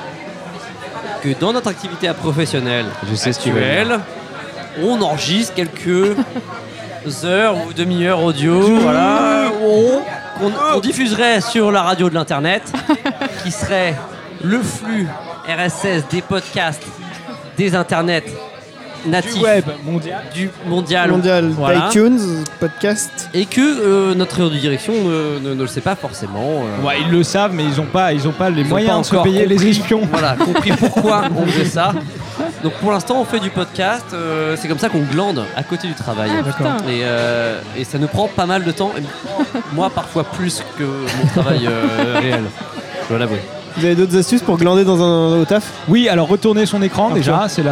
que dans notre activité professionnelle Je sais ce que tu veux actuelle, on enregistre quelques heures ou demi-heures audio, voilà, qu'on diffuserait sur la radio de l'internet, qui serait le flux RSS des podcasts des internets natifs Du web mondial. du mondial, Mondial, voilà. iTunes, podcast. et que notre direction ne le sait pas forcément. Ouais, ils le savent, mais ils ont pas les Ils ont moyens pas de se encore payer les compris, espions. Voilà, compris pourquoi on faisait ça. Donc pour l'instant, on fait du podcast. C'est comme ça qu'on glande à côté du travail. Ah putain. Et ça nous prend pas mal de temps. Et moi, parfois plus que mon travail réel. Je dois l'avouer. Vous avez d'autres astuces pour glander dans au taf? Oui, alors retourner son écran déjà, c'est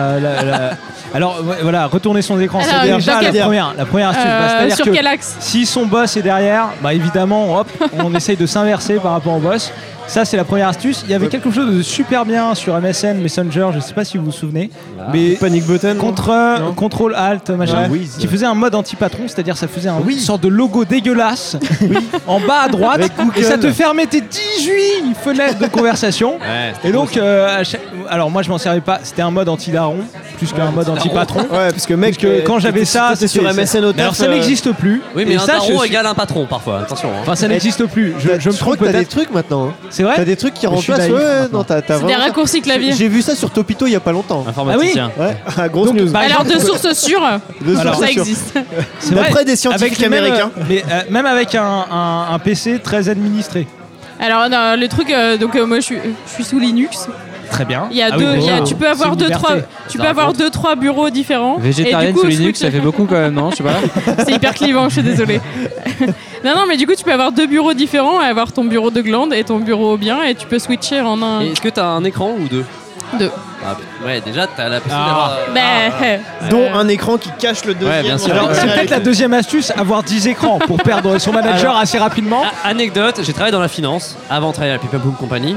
Alors voilà, retourner son écran, c'est Alors, déjà dans quel- la première astuce. C'est-à-dire Sur que quel axe? si son boss est derrière, bah évidemment, hop, on essaye de s'inverser par rapport au boss. Ça, c'est la première astuce. Il y avait quelque chose de super bien sur MSN Messenger, je sais pas si vous vous souvenez, mais Panic button. Contrôle Alt machin, Ouais. qui faisait un mode anti-patron, c'est-à-dire ça faisait une sorte de logo dégueulasse en bas à droite, Avec Google. et ça te permettait 18 fenêtres de conversation. Et donc, alors moi je m'en servais pas, c'était un mode anti-daron plus qu'un mode anti-patron. Ouais, parce que mec, Parce que quand j'avais ça, c'était sur MSN au Mais alors taf. ça n'existe plus. Oui, mais Et un ça, daron je suis- égale un patron parfois. Attention. Hein. Enfin, ça n'existe plus. Je me Je crois trompe que t'as des peut-être. trucs maintenant. Hein. C'est vrai. T'as des trucs qui Je suis remplacent. naïf, Ouais, maintenant. non, t'as C'est des vraiment. raccourcis clavier. J'ai vu ça sur Topito il y a pas longtemps. Informaticien. Ouais. Ah, grosse Donc, news. par Alors exemple, de sources sûres, Alors, ça c'est sûr. existe. c'est vrai, D'après des scientifiques avec les mêmes, américains. mais même avec un PC très administré. Alors non, le truc, moi je suis sous Linux. Très bien. Il y a Ah oui, deux, bon, tu peux avoir c'est une liberté. tu peux avoir 2-3 bureaux différents. Végétarienne Et du coup, sous le Linux, truc- ça fait beaucoup quand même, non? Je sais pas. C'est hyper clivant, je suis désolée. Non, mais du coup, tu peux avoir 2 bureaux différents, avoir ton bureau de glande et ton bureau bien, et tu peux switcher en un. Et est-ce que t'as un écran ou deux? 2. Ah, ouais, déjà, t'as la possibilité Ah. d'avoir. Dont un écran qui cache le deuxième. Ouais, bien sûr. Alors, c'est peut-être la deuxième astuce, avoir 10 écrans pour perdre son manager assez rapidement. Anecdote, j'ai travaillé dans la finance avant de travailler à la Pim Pam Poum Company.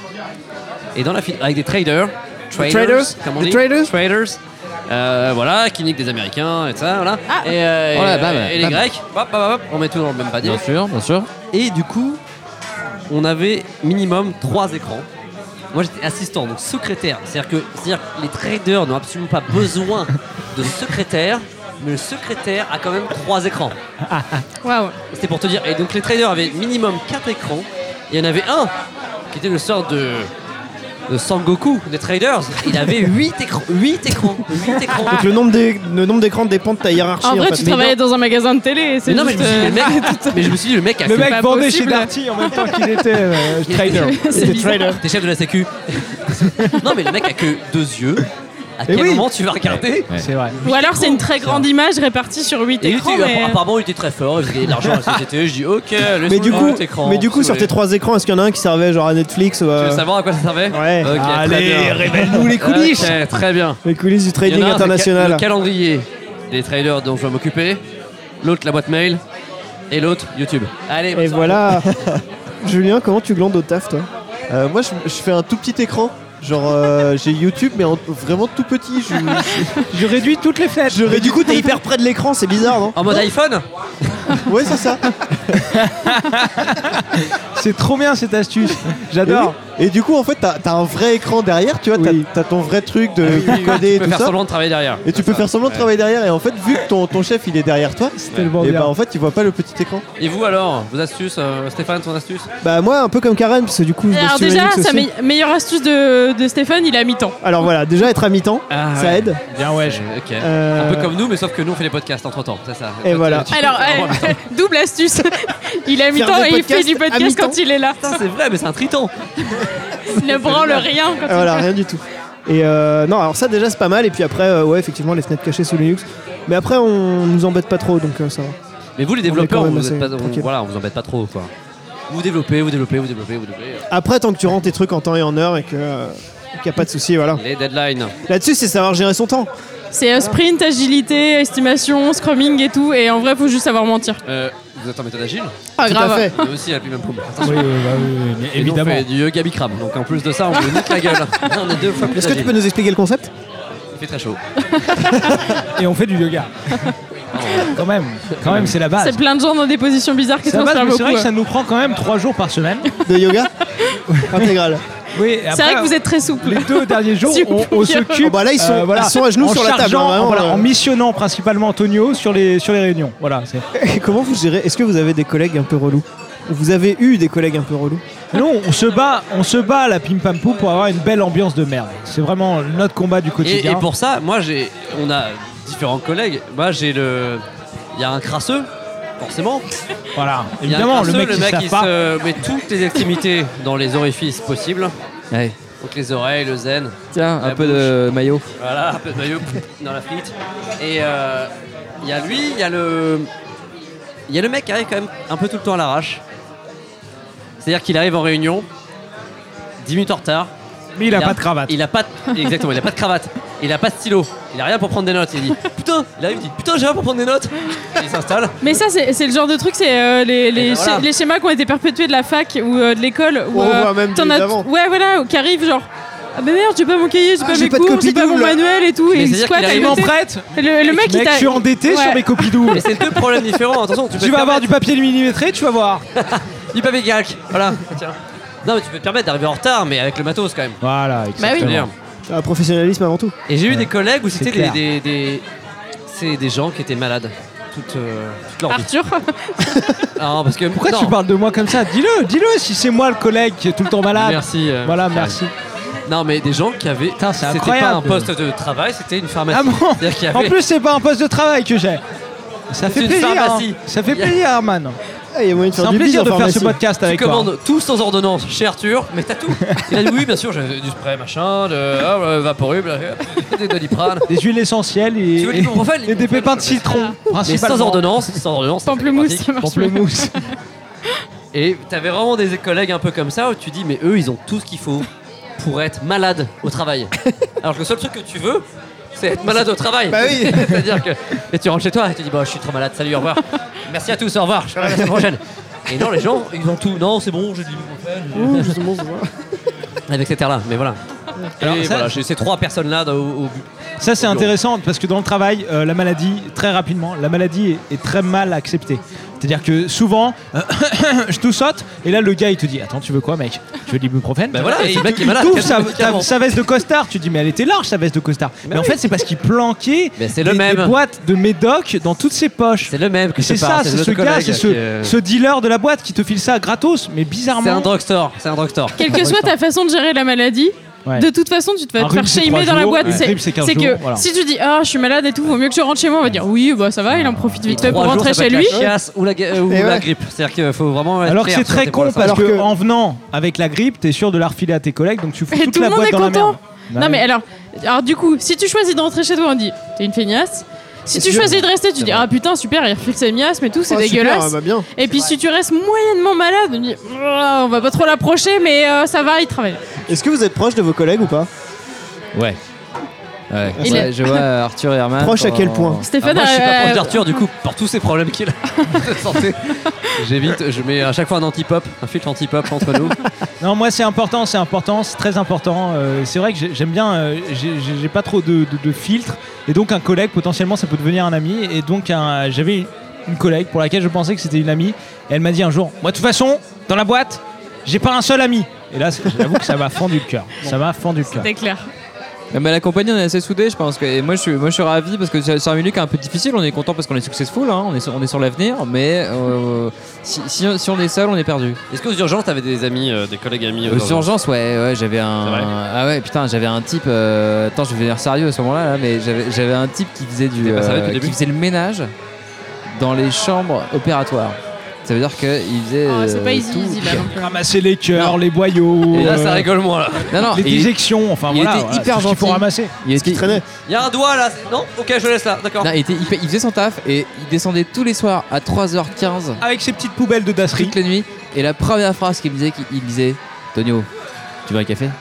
Et dans la avec des traders, Traders comme on Des dit, traders voilà, qui niquent des Américains et ça, voilà. Ah. Et, bam, et les bam. Grecs, hop, on met tout dans le même panier. Bien sûr, bien sûr. Et du coup, on avait minimum 3 écrans. Moi j'étais assistant, donc secrétaire. C'est-à-dire que les traders n'ont absolument pas besoin de secrétaire, mais le secrétaire a quand même 3 écrans. Waouh. C'était pour te dire. Et donc les traders avaient minimum 4 écrans. Et il y en avait un qui était le sort de Sangoku des traders. Il avait 8 écrans. 8 écrans. Donc le nombre d'écrans dépend de ta hiérarchie. En vrai, fait. tu travaillais dans un magasin de télé. C'est Mais non, mais juste, je me suis dit, le mec a Le que- mec pas vendait possible. chez Darty en même temps qu'il était trader. c'est bizarre. T'es chef de la sécu. Non, mais le mec a que 2 yeux, À quel moment tu vas regarder? C'est vrai. Ou alors c'est une très grande image répartie sur 8 Et écrans. apparemment, il était très fort, il faisait de l'argent à la société. Je dis, ok, Mais du coup, écran, sur tes 3 écrans, est-ce qu'il y en a un qui servait genre à Netflix ou Tu veux savoir à quoi ça servait? Ouais. Ok, très Allez, bien. révèle-nous les coulisses. Ok, très bien. les coulisses du Il y trading en a un, international? le calendrier des trailers dont je vais m'occuper. L'autre, la boîte mail. Et l'autre, YouTube. Allez, Et bonne soirée. voilà. Julien, comment tu glandes au taf, toi? Moi, je fais un tout petit écran. Genre, j'ai YouTube, mais vraiment tout petit. Je réduis toutes les fenêtres. Mais du coup, t'es hyper près de l'écran, c'est bizarre, non? En mode iPhone? Ouais, c'est ça. C'est trop bien cette astuce. J'adore. Et du coup, en fait, t'as un vrai écran derrière, tu vois, Oui. t'as ton vrai truc de Tu coder et peux tout faire ça. semblant de travailler derrière. Et tu peux faire semblant de travailler derrière. Et en fait, vu que ton chef il est derrière toi, C'est tellement et bien. bah en fait, il voit pas le petit écran. Et vous alors? Vos astuces? Stéphane, ton astuce? Bah, moi, un peu comme Karen, parce que du coup, je bosse Alors sur déjà, Linux sa aussi. meilleure astuce de Stéphane, il est à mi-temps. Alors voilà, déjà être à mi-temps, Ah, ça ouais. aide. Bien ouais. Ok. Euh, Un peu comme nous, mais sauf que nous on fait des podcasts entre temps, c'est ça. Et Toi, voilà. tu- Alors, double astuce. Il est à mi-temps des et il fait podcasts du à podcast mi-temps. quand il est là. Putain, c'est vrai, mais c'est un triton. Il ne branle rien quand il Voilà, rien du tout. Et non, alors ça déjà c'est pas mal. Et puis après, ouais, effectivement, les fenêtres cachées sous Linux. Mais après, on nous embête pas trop, donc ça va. Mais vous les On est développeurs, quand même vous assez êtes pas, tranquille. voilà, on vous embête pas trop quoi. Vous développez. Après, tant que tu rends tes trucs en temps et en heure et que qu'il n'y a pas de souci, voilà. Les deadlines. Là-dessus, c'est savoir gérer son temps. C'est sprint, agilité, estimation, scrumming et tout. Et en vrai, faut juste savoir mentir. Vous êtes en méthode agile? Pas Tout grave. à fait. Mais aussi à la même pomme. Attention. Oui, mais Et nous, on évidemment. fait du yoga Bikram. Donc en plus de ça, on vous nique la gueule. On est 2 fois plus Est-ce que tu agile. peux nous expliquer le concept? Il fait très chaud. Et on fait du yoga. Quand même, c'est la base. C'est plein de gens dans des positions bizarres qui C'est la base, transpirent mais c'est vrai beaucoup. que ça nous prend quand même 3 jours par semaine. De yoga intégral. Oui, C'est vrai que vous êtes très souple. Les 2 derniers jours, Si on vous s'occupe. Oh, bah là, ils sont à genoux en sur la table. chargeant, Hein, vraiment, voilà, en missionnant principalement Antonio sur les réunions. Voilà, c'est. Et comment vous gérez? Est-ce que vous avez des collègues un peu relous? Ou vous avez eu des collègues un peu relous? Nous, on se bat à la Pim Pam Poum pour avoir une belle ambiance de merde. C'est vraiment notre combat du Et quotidien. pour ça, on a différents collègues. Moi, il y a un crasseux, forcément. Voilà, Il y a un évidemment, le crasseux, mec qui se lave pas. se met toutes les extrémités dans les orifices possibles. Ouais. Donc les oreilles, le zen. Tiens, La un peu de maillot. Voilà, un peu de maillot dans la frite. Et il y a lui, il y a le mec qui arrive quand même un peu tout le temps à l'arrache. C'est-à-dire qu'il arrive en réunion, 10 minutes en retard. Mais il a pas de cravate. Exactement, il a pas de cravate. Il a pas de stylo. Il a rien pour prendre des notes. Il dit putain, il arrive, il dit putain, j'ai rien pour prendre des notes. Il s'installe. Mais ça, c'est le genre de truc, c'est les voilà. les schémas qui ont été perpétués de la fac ou de l'école. Ou on voit même t'en des as d'avant. Ouais, voilà, qui arrivent genre. Ah bah merde, j'ai pas mon cahier, j'ai pas j'ai mes pas de cours, copie j'ai pas mon double. manuel et tout. Mais Et il c'est-à-dire squatte qu'il à arrive Tellement côté. prête. Le mec, il Mec, t'a. je suis endetté Ouais. sur mes copies doubles. Mais c'est deux problèmes différents. Attention, tu peux Tu te vas avoir du permettre papier millimétré, tu vas voir. du papier calque. Voilà. Tiens. Non, mais tu peux te permettre d'arriver en retard, mais avec le matos quand même. Voilà, Bah oui. Je veux dire. Un professionnalisme avant tout. Et j'ai eu des collègues où C'est c'était clair. c'est des gens qui étaient malades toute leur vie. Arthur. Non, parce que Pourquoi non. tu parles de moi comme ça? Dis-le si c'est moi le collègue qui est tout le temps malade. Merci. Voilà, merci. Non, mais des gens qui avaient. Putain, c'est c'était incroyable. pas un poste de travail, c'était une pharmacie. Ah bon? C'est-à-dire qu'il y En avait. plus, c'est pas un poste de travail que j'ai. Ça C'est fait une plaisir. Hein. pharmacie. Ça fait plaisir, Arman. Ah, il y a moyen de C'est faire un du plaisir bise de en faire ce pharmacie. podcast Tu avec toi. commandes tout sans ordonnance chez Arthur, mais t'as tout. Il a dit oui, bien sûr, j'ai du spray, machin, de Vaporub, des Doliprane. Des huiles essentielles Tu veux et l'ibuprofène, des pépins de citron. Mais Principalement. sans ordonnance, c'est Pamplemousse, pratique. ça marche mieux. Pamplemousse. Et t'avais vraiment des collègues un peu comme ça où tu dis, mais eux, ils ont tout ce qu'il faut pour être malade au travail. Alors que le seul truc que tu veux, c'est être malade au travail. Bah oui. C'est-à-dire que et tu rentres chez toi et tu dis, bah, je suis trop malade, salut, au revoir. Merci à tous, au revoir, je serai là la semaine prochaine. Et non, les gens, ils ont tout. Non, c'est bon, j'ai de l'ibuprofène. Ouh, justement, c'est vrai. Avec cet air-là, mais voilà. Alors, Et ça- voilà, j'ai ces 3 personnes-là au Ça, c'est Au bureau. intéressant parce que dans le travail, la maladie, très rapidement, la maladie est très mal acceptée. C'est-à-dire que souvent, je tout saute et là, le gars, il te dit attends, tu veux quoi, mec? Tu veux de l'ibuprofène? Ben voilà, et Et le mec il est malade. t'ouvre quel sa, médicament. sa veste de costard. Tu dis mais elle était large, sa veste de costard. Mais en oui. fait, c'est parce qu'il planquait Mais c'est le des même. boîtes de médoc dans toutes ses poches. C'est le même que C'est je te parle, ça, c'est le ce gars, collègue c'est qui, ce dealer de la boîte qui te file ça gratos, mais bizarrement. C'est un drugstore, c'est un drugstore. Quelle que soit ta façon de gérer la maladie, Ouais. de toute façon, tu te vas Un te faire rhume, c'est shamer 3 dans la jours, boîte. une grippe, c'est 15 C'est que jours, voilà. si tu dis ah je suis malade et tout, vaut mieux que je rentre chez moi, on va dire oui bah ça va, il en profite vite fait pour 3 jours, rentrer ça peut chez être lui. la chiasse ou la Et ouais. grippe. C'est-à-dire qu'il faut vraiment être Alors que clair c'est sur très tes con points. parce Alors que que- en venant avec la grippe, t'es sûr de la refiler à tes collègues, donc tu fous Et toute tout la le monde boîte est dans la content. merde. Non, mais alors, du coup, si tu choisis de rentrer chez toi, on dit t'es une feignasse. Si tu choisis de rester, tu dis ah putain, super, il refile ses miasmes et tout, c'est dégueulasse. Super, bah bien. Et puis si tu restes moyennement malade, on dit on va pas trop l'approcher, mais ça va, il travaille. Est-ce que vous êtes proche de vos collègues ou pas? Ouais. Il est- Je vois Arthur et Herman. Proche à quel point? Stéphane, Moi, je suis pas proche d'Arthur, du coup, pour tous ces problèmes qu'il a de santé. J'évite, je mets à chaque fois un anti-pop, un filtre anti-pop entre nous. Non, moi c'est important, c'est très important. C'est vrai que j'aime bien, j'ai pas trop de filtres, et donc un collègue potentiellement ça peut devenir un ami. Et donc j'avais une collègue pour laquelle je pensais que c'était une amie, et elle m'a dit un jour, moi de toute façon, dans la boîte, j'ai pas un seul ami. Et là, j'avoue que ça m'a fendu le cœur. Ça m'a fendu le cœur. c'était clair. Mais la compagnie, on est assez soudés, je pense. Et moi, je suis ravi parce que c'est un milieu qui est un peu difficile. On est content parce qu'on est successful, hein, on est sur l'avenir. Mais si on est seul, on est perdu. Est-ce qu'aux urgences, t'avais des amis, des collègues amis Aux urgences, ouais, j'avais un. C'est vrai Ah ouais, putain, j'avais un type. Attends, je vais devenir sérieux à ce moment-là, là, mais j'avais un type qui faisait T'es pas sérieux depuis le début qui faisait le ménage dans les chambres opératoires. Ça veut dire qu'il faisait. C'est pas easy, tout. easy là non plus. Ramasser les cœurs, les boyaux, Et là, ça rigole moins là. Non, les il- disjections, enfin il voilà. était voilà, hyper c'est ce qu'il faut gentil. ramasser. il était- Traînait. Il y a un doigt là. Non. Ok, je laisse là. D'accord. Non, il faisait son taf et il descendait tous les soirs à 3h15 Avec ses petites poubelles de dasserie. toute la nuit. Et la première phrase qu'il me disait, il disait Tonio, tu veux un café?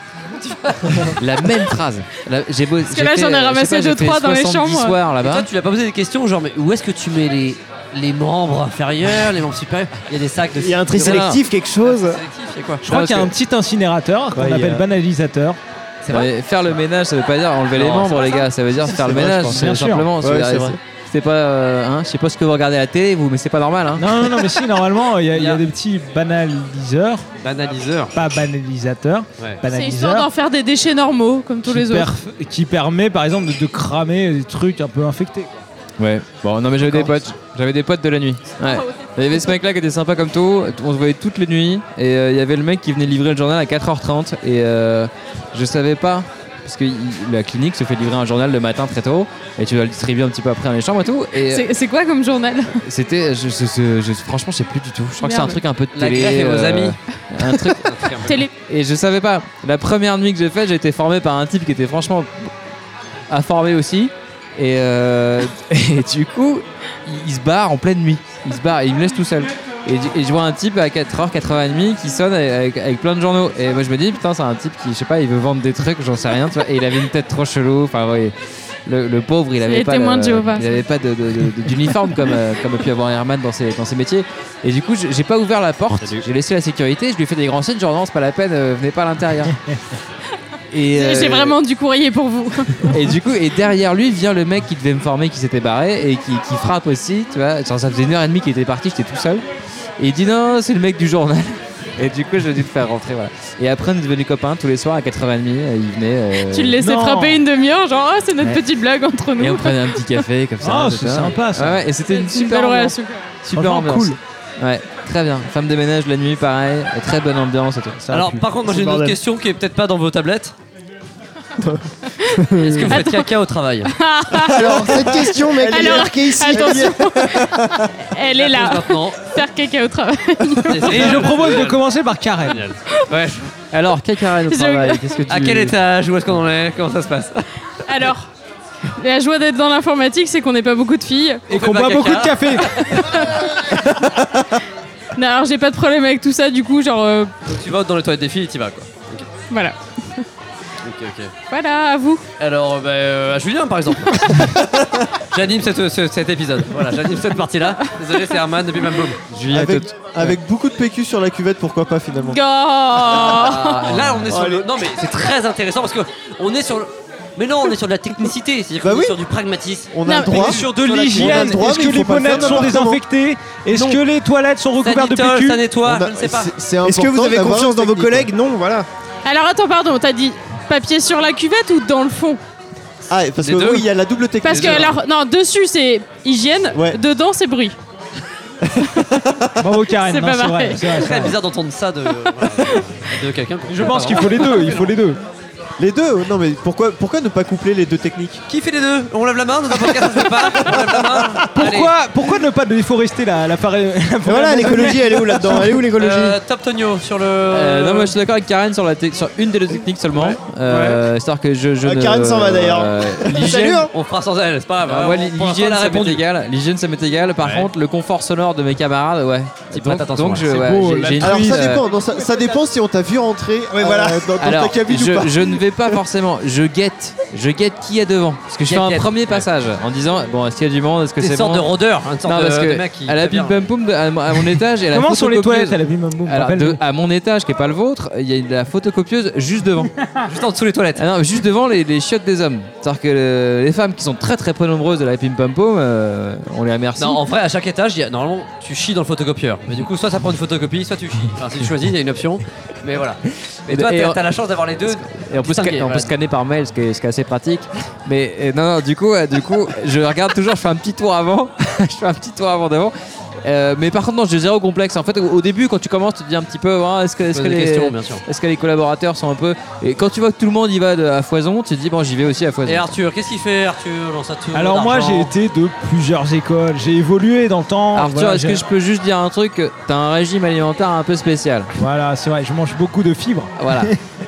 La même phrase. Parce que là, j'en ai ramassé 2-3 dans les chambres. soirs Et toi, là-bas. tu lui as pas posé des questions genre, mais où est-ce que tu mets les membres inférieurs, les membres supérieurs? Il y a des sacs de. Il y a un tri de- sélectif, quelque chose. Sélectif, c'est quoi? Je crois qu'il y a un petit incinérateur qu'on Ouais, il y appelle a- banalisateur. C'est vrai. Mais faire le ménage, ça veut pas dire enlever les Non, membres, c'est pas les ça. gars. Ça veut dire faire le vrai, je ménage. pense. C'est Bien sûr. simplement. Ouais, c'est vrai. C'est pas. Je sais pas ce que vous regardez à la télé, vous, mais c'est pas normal. Hein. Non, mais si, normalement, il y a des petits banaliseurs, Banaliseur. pas banalisateurs, Ouais. C'est histoire banaliseurs, d'en faire des déchets normaux, comme tous les autres. qui permet, par exemple, de cramer des trucs un peu infectés. Ouais. Bon, non, mais j'avais des potes. J'avais des potes de la nuit. Ouais. Il y avait ce mec-là qui était sympa comme tout. On se voyait toutes les nuits. Et il y avait le mec qui venait livrer le journal à 4h30. Et je savais pas. Parce que la clinique se fait livrer un journal le matin très tôt. Et tu dois le distribuer un petit peu après dans les chambres et tout. Et C'est quoi comme journal? c'était. Franchement, je sais plus du tout. Je crois que c'est un Merde. truc un peu de La télé. greffe et vos amis. Un truc. Télé. Et je savais pas. La première nuit que j'ai faite, j'ai été formé par un type qui était franchement informé aussi. Et du coup, il se barre en pleine nuit. Il se barre et il me laisse tout seul. Et je vois un type à 4h, 4h30 qui sonne avec plein de journaux. Et moi je me dis, putain, c'est un type qui, je sais pas, il veut vendre des trucs, j'en sais rien. Tu vois, et il avait une tête trop chelou. Enfin, ouais, le pauvre, il avait les pas, témoins de Jéhovah, il ça. avait pas d'uniforme comme a pu avoir Herman dans ses métiers. Et du coup, j'ai pas ouvert la porte, j'ai laissé la sécurité, je lui ai fait des grands signes, genre non, c'est pas la peine, venez pas à l'intérieur. Et, J'ai vraiment du courrier pour vous. et du coup, et derrière lui vient le mec qui devait me former, qui s'était barré et qui frappe aussi, tu vois. Genre, ça faisait 1h30 qu'il était parti, j'étais tout seul. Et il dit non, c'est le mec du journal. Et du coup, je lui ai dû le faire rentrer, voilà. Et après, on est devenus copains tous les soirs à 4h30. Il venait. Tu le laissais Non. frapper une demi-heure, genre oh, c'est notre Ouais. petite blague entre nous. Et on prenait un petit café comme ça. Ah, tout c'est ça. sympa, ça. Ouais, ouais, et c'était une C'est une super belle ambiance. relation. Super Franchement, ambiance. cool. Ouais, très bien. Femme de ménage la nuit, pareil. Très bonne ambiance et tout. Ça Alors, pue. par contre, moi C'est j'ai une autre bordel. question qui est peut-être pas dans vos tablettes. Est-ce que vous faites caca au travail? Alors, cette question, mec, elle est Alors, marquée ici. attention. Elle est Pose là. maintenant. Faire caca au travail. Et je propose de commencer par Karen. Génial. Ouais. Alors, Kakarine au Je- travail, qu'est-ce que tu. À quel étage? Où est-ce qu'on en est? Comment ça se passe? Alors, la joie d'être dans l'informatique, c'est qu'on n'est pas beaucoup de filles. Et fait qu'on pas boit caca. beaucoup de café. Non, alors j'ai pas de problème avec tout ça, du coup, genre, Donc, tu vas dans les toilettes des filles et tu vas quoi. voilà. Ok. Voilà, à vous. Alors, à Julien par exemple. J'anime cet épisode. Voilà, j'anime cette partie-là. Désolé, c'est Herman depuis Bam Boom. Julien, Avec beaucoup de PQ sur la cuvette, pourquoi pas finalement. Là, on est sur le. Non, mais c'est très intéressant parce que on est sur le. Mais non, on est sur de la technicité, c'est-à-dire Bah qu'on oui. est sur du pragmatisme. On Non, a le droit. on est sur De sur la- On a l'hygiène. le droit, Est-ce mais que il faut les pas le faire bonnettes sont n'importe comment. désinfectées? Est-ce Non. que les toilettes sont recouvertes de Sanitol, PQ? ça nettoie, On a- je ne sais pas. c'est Est-ce que vous important avez d'avoir confiance une dans vos technique. collègues? Non, voilà. Alors attends, pardon, t'as dit papier sur la cuvette ou dans le fond? Ah, parce Les que deux. oui, il y a la double technique. Parce que alors, non, dessus c'est hygiène, Ouais. dedans c'est bruit. Bravo Karen. C'est Non, pas c'est vrai, pareil. c'est vrai, c'est C'est très vrai. bizarre d'entendre ça de quelqu'un. qu'on Je connaît pense pas qu'il faut les deux. Il faut les deux. Les deux. Non mais pourquoi ne pas coupler les deux techniques? Qui fait les deux? On lève la main dans un podcast, ça se fait pas. On lève la main. Pourquoi ne pas déforester la forêt? Voilà, l'écologie, elle est où là-dedans? Elle est où l'écologie? Top Tonio sur le. Non, moi je suis d'accord avec Karen sur une des deux techniques seulement. C'est-à-dire que je Karen s'en va d'ailleurs. Salut, hein. On fera sans elle, c'est pas grave. Moi, l'hygiène, ça m'est égal. L'hygiène, ça m'est égal. Par contre, le confort sonore de mes camarades, ouais. Donc, j'ai une Alors prise, ça dépend. Non, ça dépend si on t'a vu rentrer dans ta cabine ou pas. je ne vais pas forcément. Je guette qui est devant. Parce que je fais un premier passage en disant bon, est-ce qu'il y a du monde? Est-ce que c'est bon? Une sorte de rôdeur, une sorte de mec qui. À la Pim Pam Poum, à mon étage, et la Comment sont les photocopieuse. toilettes à la Pim Pam Poum? Alors, à mon étage, qui est pas le vôtre, il y a la photocopieuse juste devant. Juste en dessous les toilettes. Ah non, juste devant les chiottes des hommes. C'est-à-dire que les femmes qui sont très très peu nombreuses de la Pim Pam Poum, on les remercie. Non, en vrai, à chaque étage, normalement, tu chies dans le photocopieur. Mais du coup, soit ça prend une photocopie, soit tu chies. Enfin, si tu choisis, il y a une option. Mais voilà. Mais toi, t'as la chance d'avoir les deux. Et on peut scanner par mail, ce qui est assez pratique. Mais non, du coup, je regarde toujours, je fais un petit tour avant. Je fais un petit tour avant d'avant. Mais par contre, non, j'ai zéro complexe. En fait, au début, quand tu commences, tu te dis un petit peu est-ce que les collaborateurs sont un peu. Et quand tu vois que tout le monde y va à foison, tu te dis bon, j'y vais aussi à foison. Et Arthur, qu'est-ce qu'il fait, Arthur, dans sa tour? Alors, moi, j'ai été de plusieurs écoles. J'ai évolué dans le temps. Arthur, voilà, est-ce que je peux juste dire un truc? T'as un régime alimentaire un peu spécial. Voilà, c'est vrai, je mange beaucoup de fibres. Voilà.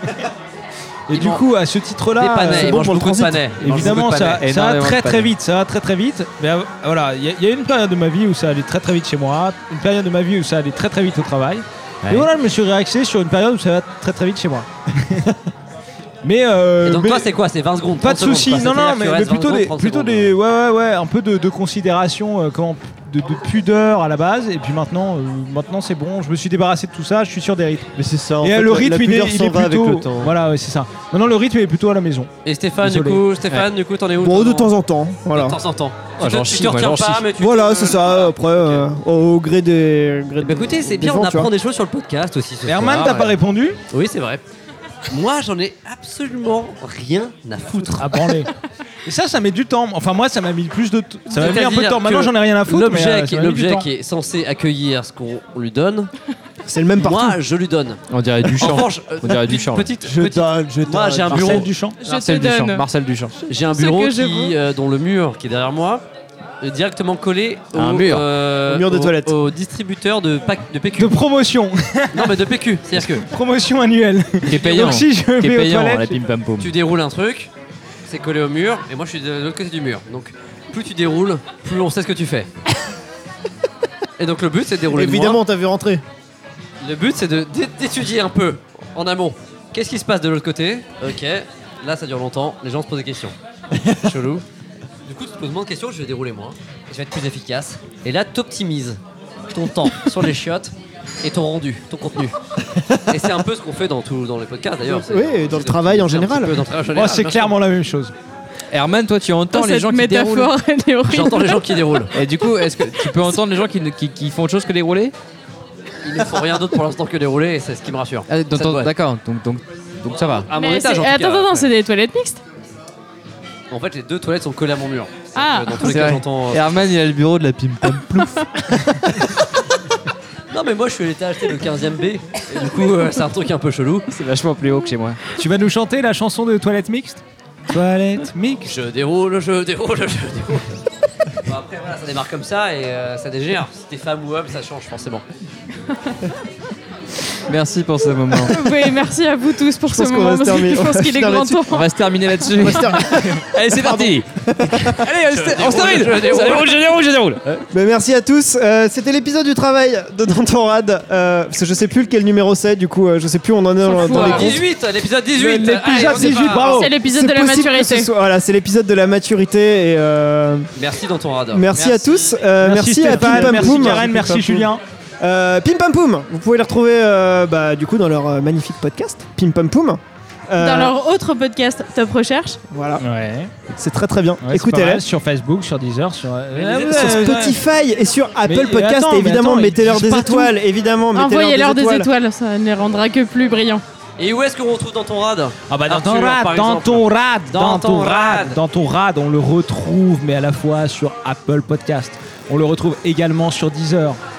Et du coup, à ce titre-là, c'est bon pour le transit. Évidemment, ça va très très vite. Ça va très très vite. Mais voilà, il y a une période de ma vie où ça allait très très vite chez moi, une période de ma vie où ça allait très très vite au travail. Ouais. Et voilà, je me suis réaxé sur une période où ça va très très vite chez moi. Mais et donc toi c'est quoi? C'est 20 secondes? Pas de soucis, non, mais plutôt des ouais, un peu de considération, de pudeur à la base. Et puis maintenant c'est bon, je me suis débarrassé de tout ça, je suis sûr des rythmes. Mais c'est ça. Et le rythme il est plutôt avec le temps. Voilà, ouais, c'est ça. Maintenant le rythme il est plutôt à la maison. Et Stéphane, du coup, t'en es où? Bon, de temps en temps, voilà. De temps en temps. Tu te retiens pas, mais tu. Voilà, c'est ça. Après, au gré des. Bah écoutez, c'est bien, on apprend des choses sur le podcast aussi. Herman, t'as pas répondu? Oui, c'est vrai. Moi, j'en ai absolument rien à foutre. À branler. Et ça met du temps. Enfin, moi, ça m'a mis plus de temps. Ça m'a mis un peu de temps. Maintenant, j'en ai rien à foutre. L'objet qui est censé accueillir ce qu'on lui donne, c'est le même partout. Moi, je lui donne. On dirait Duchamp. En revanche, on dirait Duchamp. Je donne. Moi, j'ai un bureau. Marcel Duchamp. J'ai un bureau dont le mur qui est derrière moi directement collé au mur de toilette, au distributeur de PQ. De promotion. Non, mais de PQ, c'est-à-dire que promotion annuelle. Qui est payant. Donc, si je vais aux toilettes, la Pim Pam Poum. Tu déroules un truc, c'est collé au mur, et moi je suis de l'autre côté du mur. Donc plus tu déroules, plus on sait ce que tu fais. Et donc le but c'est de dérouler. Évidemment, t'as vu rentrer. Le but c'est d'étudier un peu en amont. Qu'est-ce qui se passe de l'autre côté? Ok, là ça dure longtemps, les gens se posent des questions. Chelou. Du coup, tu te poses moins de questions, je vais dérouler moi. Et je vais être plus efficace. Et là, t'optimises ton temps sur les chiottes et ton rendu, ton contenu. Et c'est un peu ce qu'on fait dans les podcasts d'ailleurs. Oui, dans le travail en général. C'est clairement la même chose. Herman, toi, tu entends les gens qui déroulent. J'entends les gens qui déroulent. Et du coup, est-ce que tu peux entendre les gens qui font autre chose que dérouler? Ils ne font rien d'autre pour l'instant que dérouler, et c'est ce qui me rassure. D'accord, donc ça va. À mon étage, en tout cas. Attends, c'est des toilettes mixtes? En fait, les deux toilettes sont collées à mon mur. Ah, dans tous les cas, j'entends. Herman, il a le bureau de la Pim Pam Plouf. Non, mais moi, je suis à l'étage, le 15e B. Et du coup, c'est un truc un peu chelou. C'est vachement plus haut que chez moi. Tu vas nous chanter la chanson de Toilette Mixte? Toilette Mixte. Je déroule. Bon, après, voilà, ça démarre comme ça et ça dégénère. Si t'es femme ou homme, ça change forcément. Merci pour ce moment. Oui, merci à vous tous pour ce moment. Je pense qu'il est grand temps. On va se terminer là-dessus. Allez, c'est parti. Allez, on se termine. Je déroule. Mais merci à tous. C'était l'épisode du travail de Danton Rad. Parce que je sais plus lequel numéro c'est. Du coup, je sais plus où on en est dans les comptes. 18, l'épisode 18. L'épisode 18, bravo. C'est l'épisode de la maturité. Voilà, c'est l'épisode de la maturité. Et merci Danton Rad. Merci à tous. Merci à Pim Pam Poum. Merci Karen, merci Julien. Pim Pam Poum, vous pouvez les retrouver du coup dans leur magnifique podcast Pim Pam Poum. Dans leur autre podcast Top Recherche. Voilà. Ouais. C'est très très bien. Ouais, écoutez-les sur Facebook, sur Deezer, sur Spotify et sur Apple Podcast. Évidemment, mettez-leur des étoiles. Évidemment, envoyez-leur des étoiles, ça ne les rendra que plus brillants. Et où est-ce qu'on retrouve Danton Rad? Ah bah Danton Rad, on le retrouve mais à la fois sur Apple Podcast. On le retrouve également sur Deezer,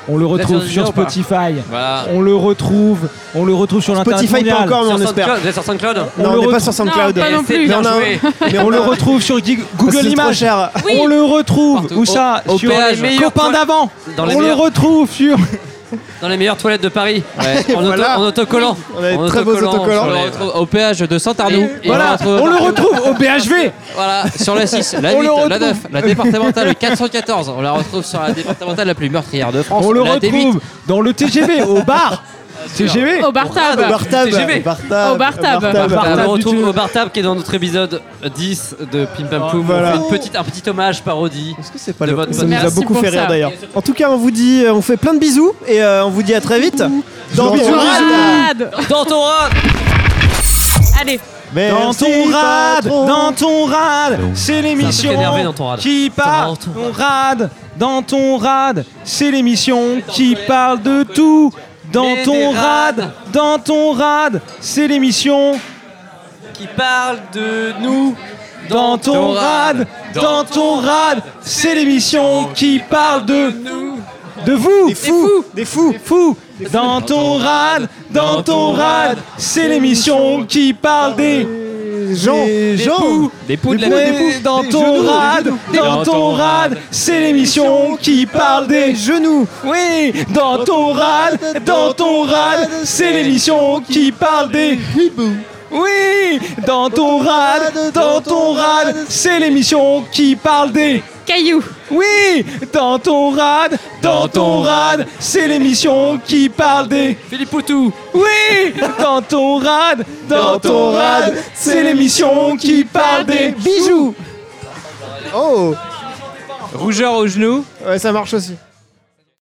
on le retrouve sur sur Spotify ou pas Spotify, Voilà. on le retrouve sur l'internet Spotify pas mondial. encore, mais on Sur espère. SoundCloud, vous êtes sur SoundCloud Non, On on le n'est pas retrouve- sur SoundCloud. Non, pas non C'est plus. bien Mais on a- joué. Mais on le retrouve sur Parce Google que c'est trop Images. cher. Oui. On le retrouve Partout. où ça Au sur péage. les copains d'avant. Dans les On le meilleurs- retrouve sur Dans les meilleures toilettes de Paris. En, Voilà. en autocollant. On a des En très beaux autocollants. On sur le les- retrouve au péage de Santarnou. Et voilà, on le retrouve au BHV. Voilà, sur la 6, la On 8, le la retrouve. 9, la départementale 414. On la retrouve sur la départementale la plus meurtrière de France. On le la D8. retrouve dans le TGV au bar. TGV. Au Bartab. Bartab. TGV. Au Bartab. On le retrouve du- au Bar Tab qui est dans notre épisode 10 de Pim Pam Poum. Voilà. On fait un petit hommage parodie. Est-ce que c'est pas De le... votre Ça nous a Merci beaucoup pour fait rire ça. d'ailleurs. En tout cas, on vous dit, on fait plein de bisous et on vous dit à très vite. Dans Bisous, ton bisous. rad. Dans ton rad. Allez. Dans Merci, ton rad, patron. dans ton rad, c'est l'émission énervé dans ton rad. qui parle. Dans ton Ton rad, dans ton rad, c'est l'émission qui parle de tout. Dans Mais ton des rad, rades. dans ton rad, c'est l'émission. Qui parle de nous. Dans ton rad, dans ton rad, c'est l'émission qui parle de vous. Des fous. Des fous. Fou. Dans ton rad, c'est l'émission qui parle des Jean. gens. Des poux de la Ouais, dans ton rad, dans ton rad, c'est l'émission qui parle des genoux. Oui, dans ton rad, c'est l'émission qui parle des oui, dans ton rad, c'est l'émission qui parle des Caillou. oui, dans ton rad, c'est l'émission qui parle des Philippe Poutou. oui, dans ton rad, c'est l'émission qui parle des bijoux. Oh. Rougeur aux genoux. Ouais, ça marche aussi.